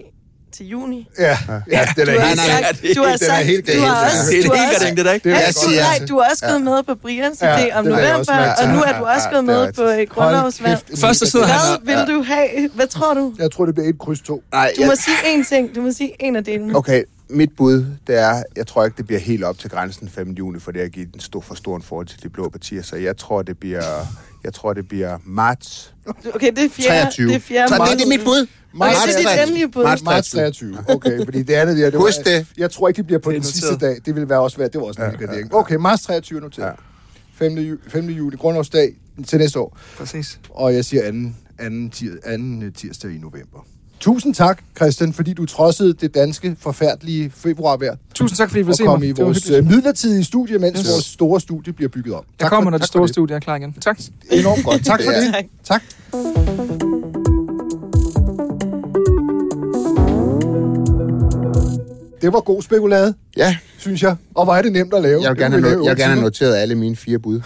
til juni. Ja, ja, ja det Du er har helt sagt, du har den er sagt, helt du galt. har også, Det er du en har helt også, gardering, det er ikke. Det er Hey, jeg du, siger. nej, du har også gået med på Brians idé Ja, om det er jeg også november, med. og nu er du også Ja, gået det er med rigtigt. på øh, grundlovsvalg. kæft, Først så sidder han Hvad vil du have? Hvad tror du? Jeg tror, det bliver et kryds to. Nej, Du må sige én ting. Du må sige en af delene. Okay, mit bud, det er, jeg tror ikke, det bliver helt op til grænsen femte juni, for det har givet en stor, for stor en forhold til de blå partier, så jeg tror, det bliver, jeg tror, det bliver marts Okay, det er fjerde, treogtyve. det er fjerde Så marts. det er mit bud. Okay, det er dit endelige bud. Marts Marts treogtyve. Okay, fordi det andet der, det var, Husk det. Jeg tror ikke, det bliver på Det er den sidste noteret. dag. Det vil være også være, det var også en Ja, lille gardering. ja, ja. Okay, marts treogtyve nu til. Ja. femte ju- femte juli, grundlovsdag til næste år. Præcis. Og jeg siger anden, anden, tir, anden tirsdag i november. Tusind tak, Christian, fordi du trodsede det danske forfærdelige februarvejr Tusind tak, fordi I ville og se kom mig. i Det var vores hyggeligt. øh, midlertidige studie, mens Yes. vores store studie bliver bygget op. Der Tak kommer, for- når det tak for store studie er klar igen. Tak. Enormt godt. Tak for Ja. det. Tak. Tak. Det var god spekulade, Ja, synes jeg. Og hvor er det nemt at lave. jeg vil Det gerne, kunne vi have, lave no- jeg vil gerne have otte timer. noteret alle mine fire bud.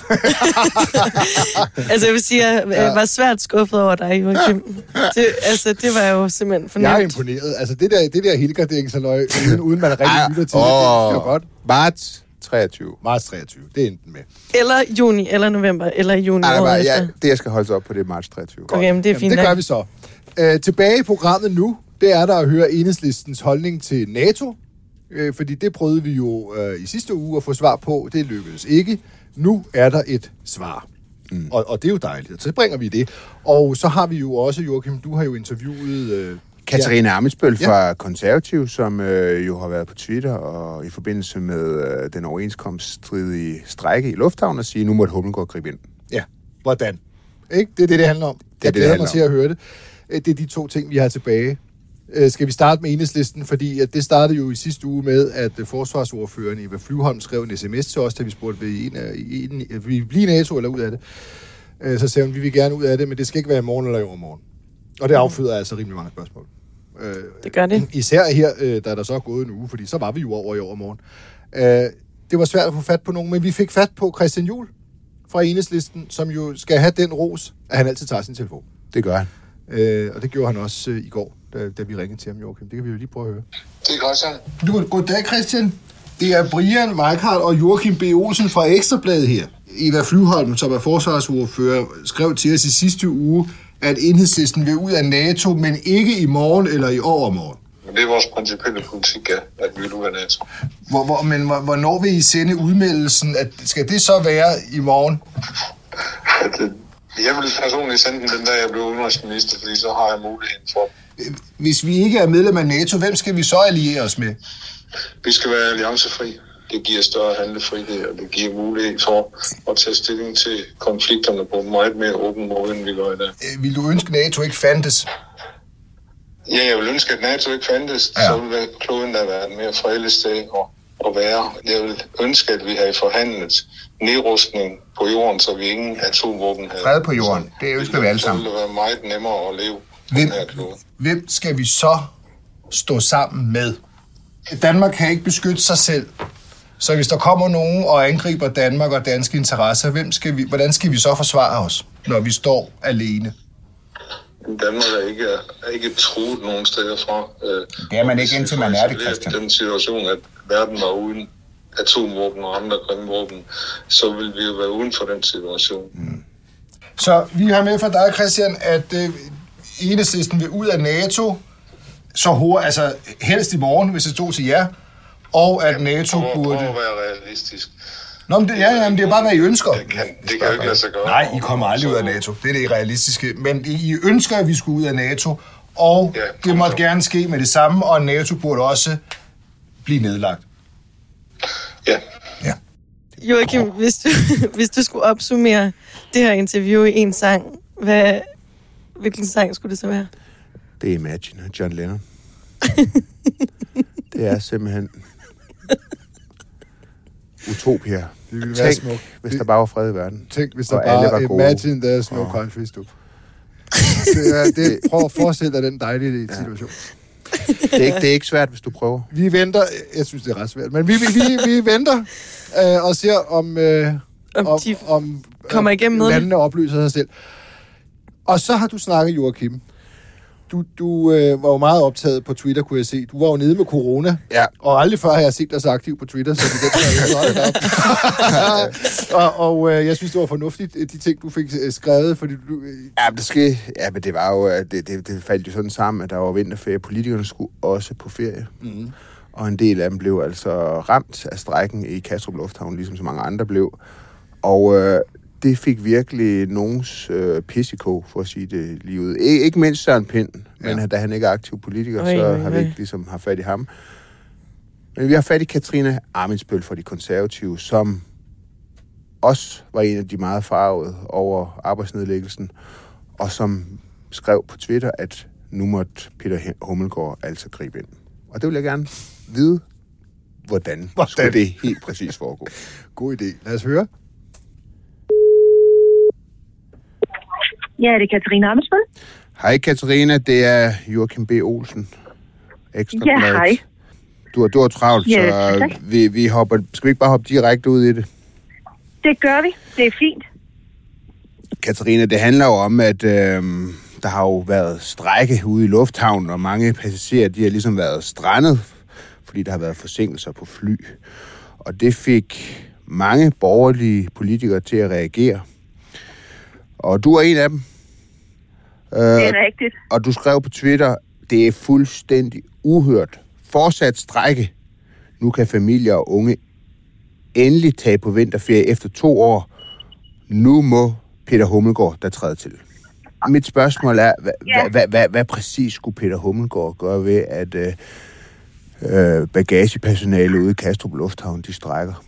Altså, jeg vil sige, at jeg var svært skuffet over dig, Joachim. Det, altså, det var jo simpelthen for Jeg er nemt. imponeret. Altså, det der, det der helgarderingsalløj, uden, uden man rigtig Ej, lytter til det, det er jo åh, godt. marts treogtyve. Marts treogtyve, det er enten med. Eller juni, eller november, eller juni Ej, året bare, efter. ja, det, jeg skal holde sig op på, det er marts treogtyve. Okay, men det er Jamen, fint. det nok. gør vi så. Øh, tilbage i programmet nu, det er der at høre Enhedslistens holdning til NATO. Øh, fordi det prøvede vi jo øh, i sidste uge at få svar på. Det lykkedes ikke. Nu er der et svar. Mm. Og, og det er jo dejligt. Så bringer vi det. Og så har vi jo også, Joachim, du har jo interviewet... Øh, Katarina Ammitzbøll Ja. fra Konservativ, som øh, jo har været på Twitter og i forbindelse med øh, den overenskomststridige strejke i lufthavnen og sige, nu måtte Hummelgaard gribe ind. Ja, hvordan? Ikke? Det er det, det handler om. Det er Jeg det, det glæder handler mig til at høre det. Øh, Det er de to ting, vi har tilbage. Øh, Skal vi starte med Enhedslisten? Fordi at det startede jo i sidste uge med, at øh, forsvarsordføreren Eva Flyvholm skrev en sms til os, da vi spurgte, vil I, en af- I, en- vil vi blive i NATO eller ud af det? Øh, Så sagde hun, vi vil gerne ud af det, men det skal ikke være i morgen eller i overmorgen. Og det afføder altså rimelig mange spørgsmål. Øh, Det gør det. Især her, øh, da der så er gået en uge, fordi så var vi jo over i overmorgen. Øh, det var svært at få fat på nogen, men vi fik fat på Christian Juhl fra Enhedslisten, som jo skal have den ros, at han altid tager sin telefon. Det gør han. Øh, og det gjorde han også øh, i går, da, da vi ringede til ham, Joachim. Det kan vi jo lige prøve at høre. Det er godt, så. Du, goddag, Christian. Det er Brian Weikart og Joachim B. Olsen fra Ekstrabladet her. Eva Flyvholm, som er forsvarsordfører, skrev til os i sidste uge, at Enhedslisten vil ud af NATO, men ikke i morgen eller i overmorgen. Men det er vores principielle politik, ja, at vi vil ud af NATO. Hvor, hvor, men hvor- hvornår vil I sende udmeldelsen? At, skal det så være i morgen? At, øh, jeg vil personligt sende den den dag, jeg bliver udenrigsminister, fordi så har jeg muligheden for. Hvis vi ikke er medlem af NATO, hvem skal vi så alliere os med? Vi skal være alliancefri. Det giver større handlefrihed, og det giver mulighed for at tage stilling til konflikterne på en meget mere åben måde, end vi gør i dag. Øh, Vil du ønske, at NATO ikke fandtes? Ja, jeg vil ønske, at NATO ikke fandtes, Ja. ja. så ville kloden da være et mere fredeligt sted at, at være. Jeg vil ønske, at vi havde forhandlet nedrustning på jorden, så vi ingen atomvåben havde. Fred på jorden. Det ønsker vi alle sammen. Så ville det være meget nemmere at leve på Hvem, den her klode. hvem skal vi så stå sammen med? Danmark kan ikke beskytte sig selv. Så hvis der kommer nogen og angriber Danmark og danske interesser, hvem skal vi, hvordan skal vi så forsvare os, når vi står alene? Danmark er ikke, er ikke truet nogen steder fra. Øh, Det er man ikke, indtil man er det, Christian. Den situation, at verden var uden atomvåben og andre grimme våben, så vil vi jo være uden for den situation. Mm. Så vi har med for dig, Christian, at øh, Enhedslisten vil ud af NATO, så hurtigt, altså helst i morgen, hvis det stod til jer, og at NATO Prøv, prøv burde... at være realistisk. Nå, men det, ja, ja, men det er bare, hvad I ønsker. Det kan, det kan jo ikke lade sig gøre. Nej, I kommer aldrig ud af NATO. Det er det realistiske. Men I ønsker, at vi skulle ud af NATO, og Ja, det måtte så. gerne ske med det samme, og NATO burde også blive nedlagt. Ja. Ja. Joachim, hvis du, hvis du skulle opsummere det her interview i en sang, hvad, hvilken sang skulle det så være? Det er Imagine af John Lennon. Det er simpelthen utopia. Det ville være Tænk, smukt. hvis Det- der bare var fred i verden. Tænk, hvis der Og alle bare var gode. imagine there's no countries, du. Det er, det, prøv at forestille dig den dejlige situation. Det er, ikke, det er ikke svært, hvis du prøver. Vi venter, jeg synes, det er ret svært, men vi, vi, vi, vi venter øh, og ser, om, øh, Om om, de om kommer igennem med det. landene opløser sig selv. Og så har du snakket, Joachim, du, du øh, var jo meget optaget på Twitter, kunne jeg se. Du var jo nede med corona. Ja. Og aldrig før har jeg set dig så aktiv på Twitter, så det der op. og og øh, jeg synes, det var fornuftigt, de ting, du fik skrevet, fordi du... Øh... Ja, det skal, ja, men det var jo... Det, det, det faldt jo sådan sammen, at der var vinterferie. Politikerne skulle også på ferie. Mm. Og en del af dem blev altså ramt af strejken i Kastrup Lufthavn, ligesom så mange andre blev. Og øh, det fik virkelig nogens øh, pissekog, for at sige det lige ud. Ik- ikke mindst Søren Pind, men ja. Da han ikke er aktiv politiker, øj, så øj, har vi ikke ligesom haft fat i ham. Men vi har fat i Katrine Ammitzbøll fra De Konservative, som også var en af de meget farvede over arbejdsnedlæggelsen, og som skrev på Twitter, at nu måtte Peter Hummelgaard altså gribe ind. Og det vil jeg gerne vide, hvordan, hvordan? skulle det helt præcis foregå. God idé. Lad os høre. Ja, det er Katrine Ammitzbøll. Hej Katrine, det er Joachim B. Olsen. Ekstra ja, bladet. Hej. Du, du er travlt, ja, så tak. vi, vi hopper, skal vi ikke bare hoppe direkte ud i det? Det gør vi. Det er fint. Katrine, det handler jo om, at øh, der har jo været strejke ude i lufthavnen, og mange passagerer, de har ligesom været strandet, fordi der har været forsinkelser på fly. Og det fik mange borgerlige politikere til at reagere. Og du er en af dem. Øh, det er rigtigt. Og du skrev på Twitter, det er fuldstændig uhørt. Fortsat strejke. Nu kan familier og unge endelig tage på vinterferie efter to år. Nu må Peter Hummelgaard der træde til. Mit spørgsmål er, hvad, ja. hvad, hvad, hvad præcis skulle Peter Hummelgaard gøre ved, at øh, øh, bagagepersonale ude i Kastrup Lufthavn, de strejker?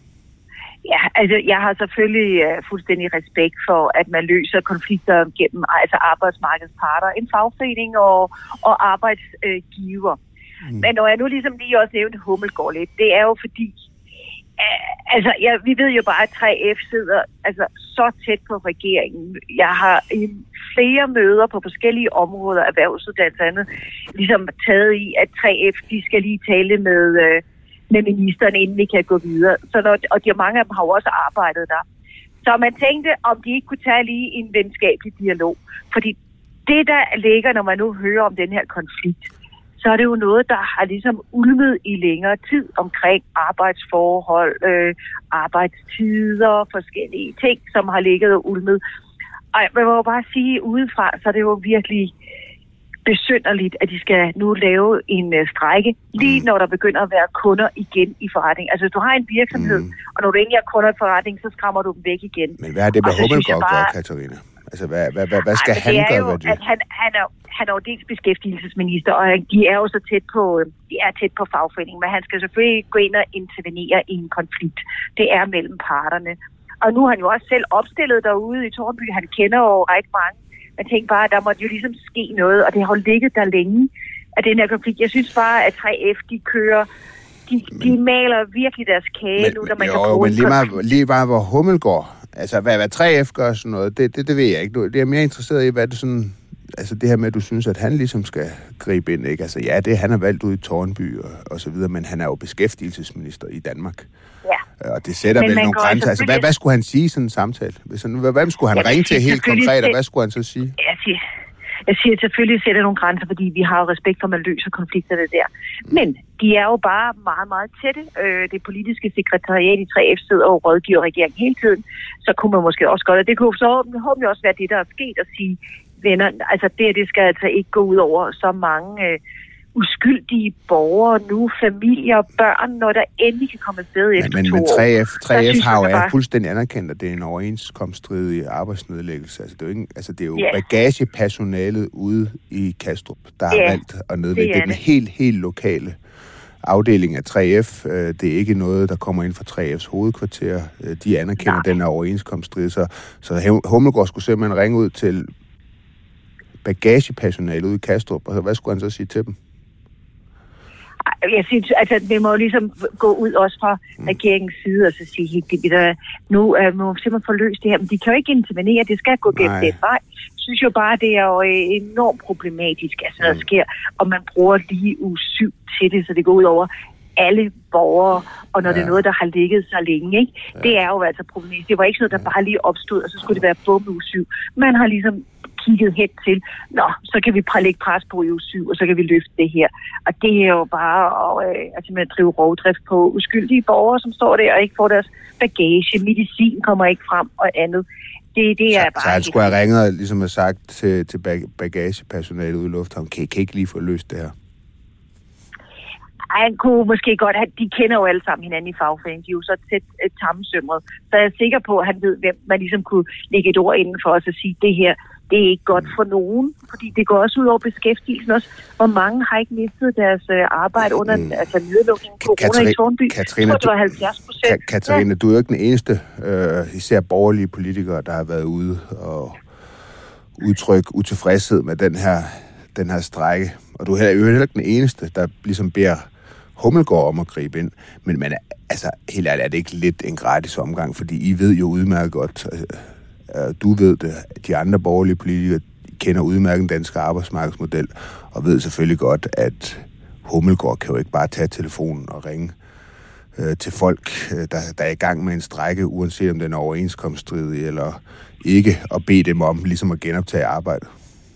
Ja, altså jeg har selvfølgelig uh, fuldstændig respekt for, at man løser konflikter gennem altså arbejdsmarkedets parter, en fagforening og, og arbejdsgiver. Uh, mm. Men når jeg nu ligesom lige også nævnte Hummelgaard lidt, det er jo fordi, uh, altså ja, vi ved jo bare, at tre F sidder altså så tæt på regeringen. Jeg har i flere møder på forskellige områder, erhvervsuddannelserne, ligesom taget i, at tre F, de skal lige tale med... Uh, med ministeren, inden vi kan gå videre. Så når, og de, mange af dem har jo også arbejdet der. Så man tænkte, om de ikke kunne tage lige en venskabelig dialog. Fordi det, der ligger, når man nu hører om den her konflikt, så er det jo noget, der har ligesom ulmet i længere tid omkring arbejdsforhold, øh, arbejdstider, forskellige ting, som har ligget og ulmet. Og jeg må bare sige, udefra, så er det jo virkelig besynderligt, at de skal nu lave en uh, strejke, lige når der begynder at være kunder igen i forretning. Altså, hvis du har en virksomhed, mm. og når du egentlig har kunder i forretning, så skræmmer du dem væk igen. Men hvad er det med Hummelgaard bare... gør, Katarina? Altså, hvad, hvad, hvad, hvad skal altså, han gøre ved det? At han, han, er, han er jo dels beskæftigelsesminister, og de er jo så tæt på, de er tæt på fagforeningen, men han skal selvfølgelig gå ind og intervenere i en konflikt. Det er mellem parterne. Og nu har han jo også selv opstillet derude i Tårnby. Han kender jo ret mange. Jeg tænkte bare, at der måtte jo ligesom ske noget, og det har jo ligget der længe af den her konflikt. Jeg synes bare, at tre F, de kører, de, men, de maler virkelig deres kage men, nu, der man jo, kan bruge. Men lige meget, lige meget hvor Hummelgaard, altså hvad, hvad tre F gør sådan noget, det, det, det ved jeg ikke. Det er mere interesseret i, hvad det sådan, altså det her med, at du synes, at han ligesom skal gribe ind, ikke? Altså ja, det han er valgt ud i Tårnby og, og så videre, men han er jo beskæftigelsesminister i Danmark. Ja. Og det sætter men vel nogle grænser. Altså, hvad, hvad skulle han sige i sådan en samtale? Hvis han, hvad, hvad skulle han ja, ringe til helt konkret, og hvad skulle han så sige? Jeg siger, jeg siger selvfølgelig sætter nogle grænser, fordi vi har jo respekt for, at man løser konflikterne der. Men de er jo bare meget, meget tætte. Øh, det politiske sekretariat i tre F sidder og rådgiver regeringen hele tiden. Så kunne man måske også godt, og det kunne så håber også være det, der er sket, at sige, venner, altså det, det skal altså ikke gå ud over så mange... Øh, uskyldige borgere nu, familier og børn, når der endelig kan komme afsted efter men, men, to men år. tre F, tre F har jo bare... fuldstændig anerkendt, at det er en overenskomststridig arbejdsnedlæggelse. Altså, det er jo, ikke, altså, det er jo yeah. bagagepersonalet ude i Kastrup, der har yeah. valgt at nedlægge. Det er den helt, helt lokale afdeling af tre F. Det er ikke noget, der kommer ind fra tre F's hovedkvarter. De anerkender Nej. den her overenskomststridig. Så, så Hummelgaard skulle simpelthen ringe ud til bagagepersonalet ude i Kastrup, og hvad skulle han så sige til dem? Jeg synes, altså, vi må ligesom gå ud også fra mm. regeringens side og så sige, helt det der, nu uh, må vi simpelthen få løst det her, men de kan jo ikke intervenere, det skal gå gennem den vej. Jeg synes jo bare, det er jo enormt problematisk, altså, mm. der sker, og man bruger lige uge syv til det, så det går ud over alle borgere, og når ja. det er noget, der har ligget så længe, ikke? Ja. Det er jo altså problematisk. Det var ikke noget, der bare lige opstod, og så skulle det være bum uge syv. Man har ligesom kigget hen til, nå, så kan vi lægge pres på E U syv, og så kan vi løfte det her. Og det er jo bare at, øh, altså med at drive rovdrift på uskyldige borgere, som står der og ikke får deres bagage, medicin kommer ikke frem og andet. Det, det er så, bare... Så han skulle have ringet og ligesom have sagt til, til bagagepersonalet ude i lufthavnen, kan, kan ikke lige få løst det her? Han kunne måske godt have, de kender jo alle sammen hinanden i fagforeningen, de er jo så tæt et sammensømret. Så jeg er sikker på, at han ved, hvem man ligesom kunne lægge et ord inden for os og sige, det her, det er ikke godt for nogen, fordi det går også ud over beskæftigelsen også. Hvor mange har ikke mistet deres arbejde under mm. altså nedlukningen corona Katarina, i Tornby? Katarina, det var halvfjerds procent. Katarina, ja. Du er jo ikke den eneste, øh, især borgerlige politikere, der har været ude og udtrykke utilfredshed med den her, den her strejke. Og du er heller ikke den eneste, der ligesom beder Hummelgaard om at gribe ind. Men, men altså, helt ærligt, er det ikke lidt en gratis omgang? Fordi I ved jo udmærket godt, øh, du ved det, de andre borgerlige politikere kender udmærket den danske arbejdsmarkedsmodel, og ved selvfølgelig godt, at Hummelgaard kan jo ikke bare tage telefonen og ringe øh, til folk, øh, der, der er i gang med en strejke, uanset om den er overenskomststridig eller ikke, og bede dem om ligesom at genoptage arbejdet.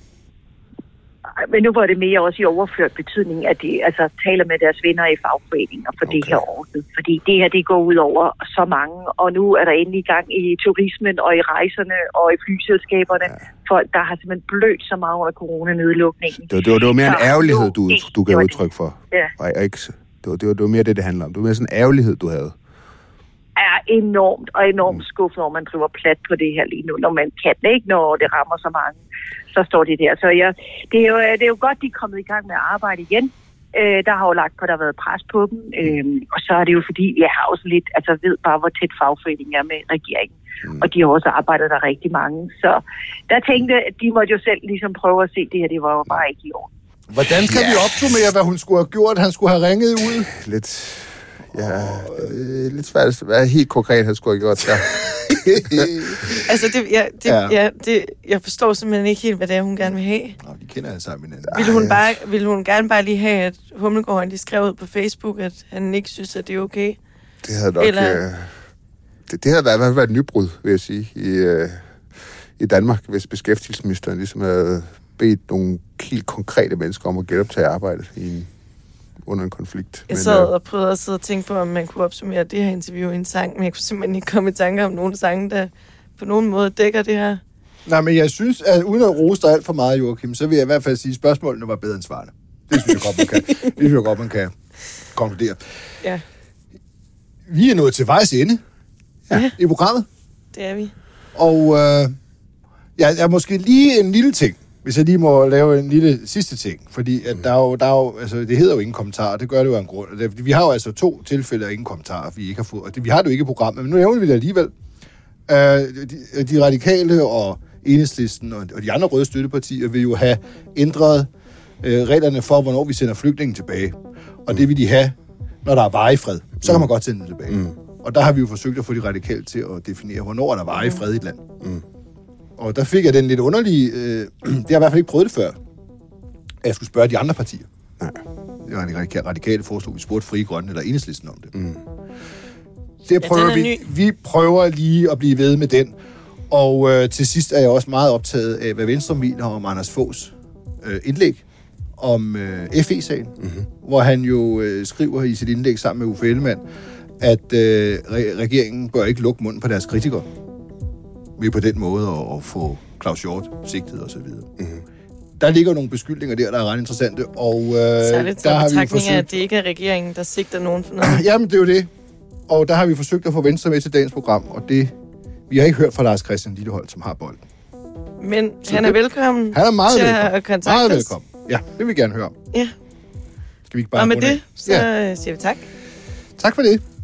Men nu var det mere også i overført betydning, at de altså, taler med deres venner i fagforeninger for okay. det her ordnet. Fordi det her, det går ud over så mange, og nu er der endelig gang i turismen og i rejserne og i flyselskaberne. Ja. Folk, der har simpelthen blødt så meget under coronanedlukningen. Det var, det var, det var mere så, en ærgerlighed, du, du gav udtryk for. Ja. Og ikke, det, var, det, var, det var mere det, det handler om. Det var mere sådan en ærgerlighed, du havde. Er enormt og enormt skuffet, når man driver plat på det her lige nu. Når man kan ikke, når det rammer så mange, så står de der. Så ja, det, er jo, det er jo godt, de er kommet i gang med at arbejde igen. Øh, der har jo lagt på, der har været pres på dem. Øh, og så er det jo fordi, jeg har også lidt, altså ved bare, hvor tæt fagforeningen er med regeringen. Mm. Og de har også arbejdet der rigtig mange. Så der tænkte, at de måtte jo selv ligesom prøve at se det her. Det var jo bare ikke i orden. Hvordan skal ja. vi opsummere, hvad hun skulle have gjort? Han skulle have ringet ud? Lidt... Ja, øh, lidt svært at være helt konkret, han skulle have gjort der. altså, det, ja, det, ja. Ja, det, jeg forstår simpelthen ikke helt, hvad det er, hun gerne vil have. Nå, de kender altså sammen hinanden. Ville hun, bare, ville hun gerne bare lige have, at Hummelgaard lige skrev ud på Facebook, at han ikke synes, at det er okay? Det havde nok... Eller... Øh, det, det havde i hvert fald været et nybrud, vil jeg sige, i, øh, i Danmark, hvis beskæftigelsesministeren ligesom havde bedt nogle helt konkrete mennesker om at genoptage arbejdet i en under en konflikt. Jeg sad og prøvede at sidde og tænke på, om man kunne opsummere det her interview i en sang, men jeg kunne simpelthen ikke komme i tanke om nogle sange, der på nogen måde dækker det her. Nej, men jeg synes, at uden at rose dig alt for meget, Joachim, så vil jeg i hvert fald sige, at spørgsmålene var bedre end svarene. Det synes jeg godt, man kan. Det synes jeg godt, man kan konkludere. Ja. Vi er nået til vejs ende ja. i programmet. Det er vi. Og øh, ja, jeg er måske lige en lille ting, hvis jeg lige må lave en lille sidste ting, fordi at der er jo, der er jo, altså, det hedder jo ingen kommentarer, det gør det jo af en grund. Vi har jo altså to tilfælde af ingen kommentarer, vi ikke har fået, og det, vi har det jo ikke i programmet, men nu nævner vi det alligevel. Uh, de, de radikale og Enhedslisten og, og de andre røde støttepartier vil jo have ændret uh, reglerne for, hvornår vi sender flygtningen tilbage. Og det vil de have, når der er varig fred. Så kan man godt sende dem tilbage. Mm. Og der har vi jo forsøgt at få de radikale til at definere, hvornår er der varig fred i et land. Mm. Og der fik jeg den lidt underlige... Øh, det har jeg i hvert fald ikke prøvet det før, at jeg skulle spørge de andre partier. Nej. Det var en radikale forslag, vi spurgte Frie Grønne eller Enhedslisten om det. Mm. Det prøver ja, vi. Vi prøver lige at blive ved med den. Og øh, til sidst er jeg også meget optaget af, hvad Venstre mener om Anders Foghs øh, indlæg om øh, F E-sagen, mm-hmm. hvor han jo øh, skriver i sit indlæg sammen med Uffe Ellemann, at øh, re- regeringen bør ikke lukke munden på deres kritikere. Ved på den måde at, at få Claus Hjort sigtet og så videre. Mm-hmm. Der ligger nogle beskyldninger der, der er ret interessante, og øh, særligt der har vi forsøgt... at det ikke er regeringen, der sigter nogen for noget. Jamen, det er jo det. Og der har vi forsøgt at få Venstre med til dagens program, og det... Vi har ikke hørt fra Lars Christian Lilleholdt, som har bolden. Men så han er det, velkommen han er meget til velkommen. at kontakte meget os. velkommen. Ja, det vil vi gerne høre om. Ja. Skal vi ikke bare og med det, så ja. siger vi tak. Tak for det.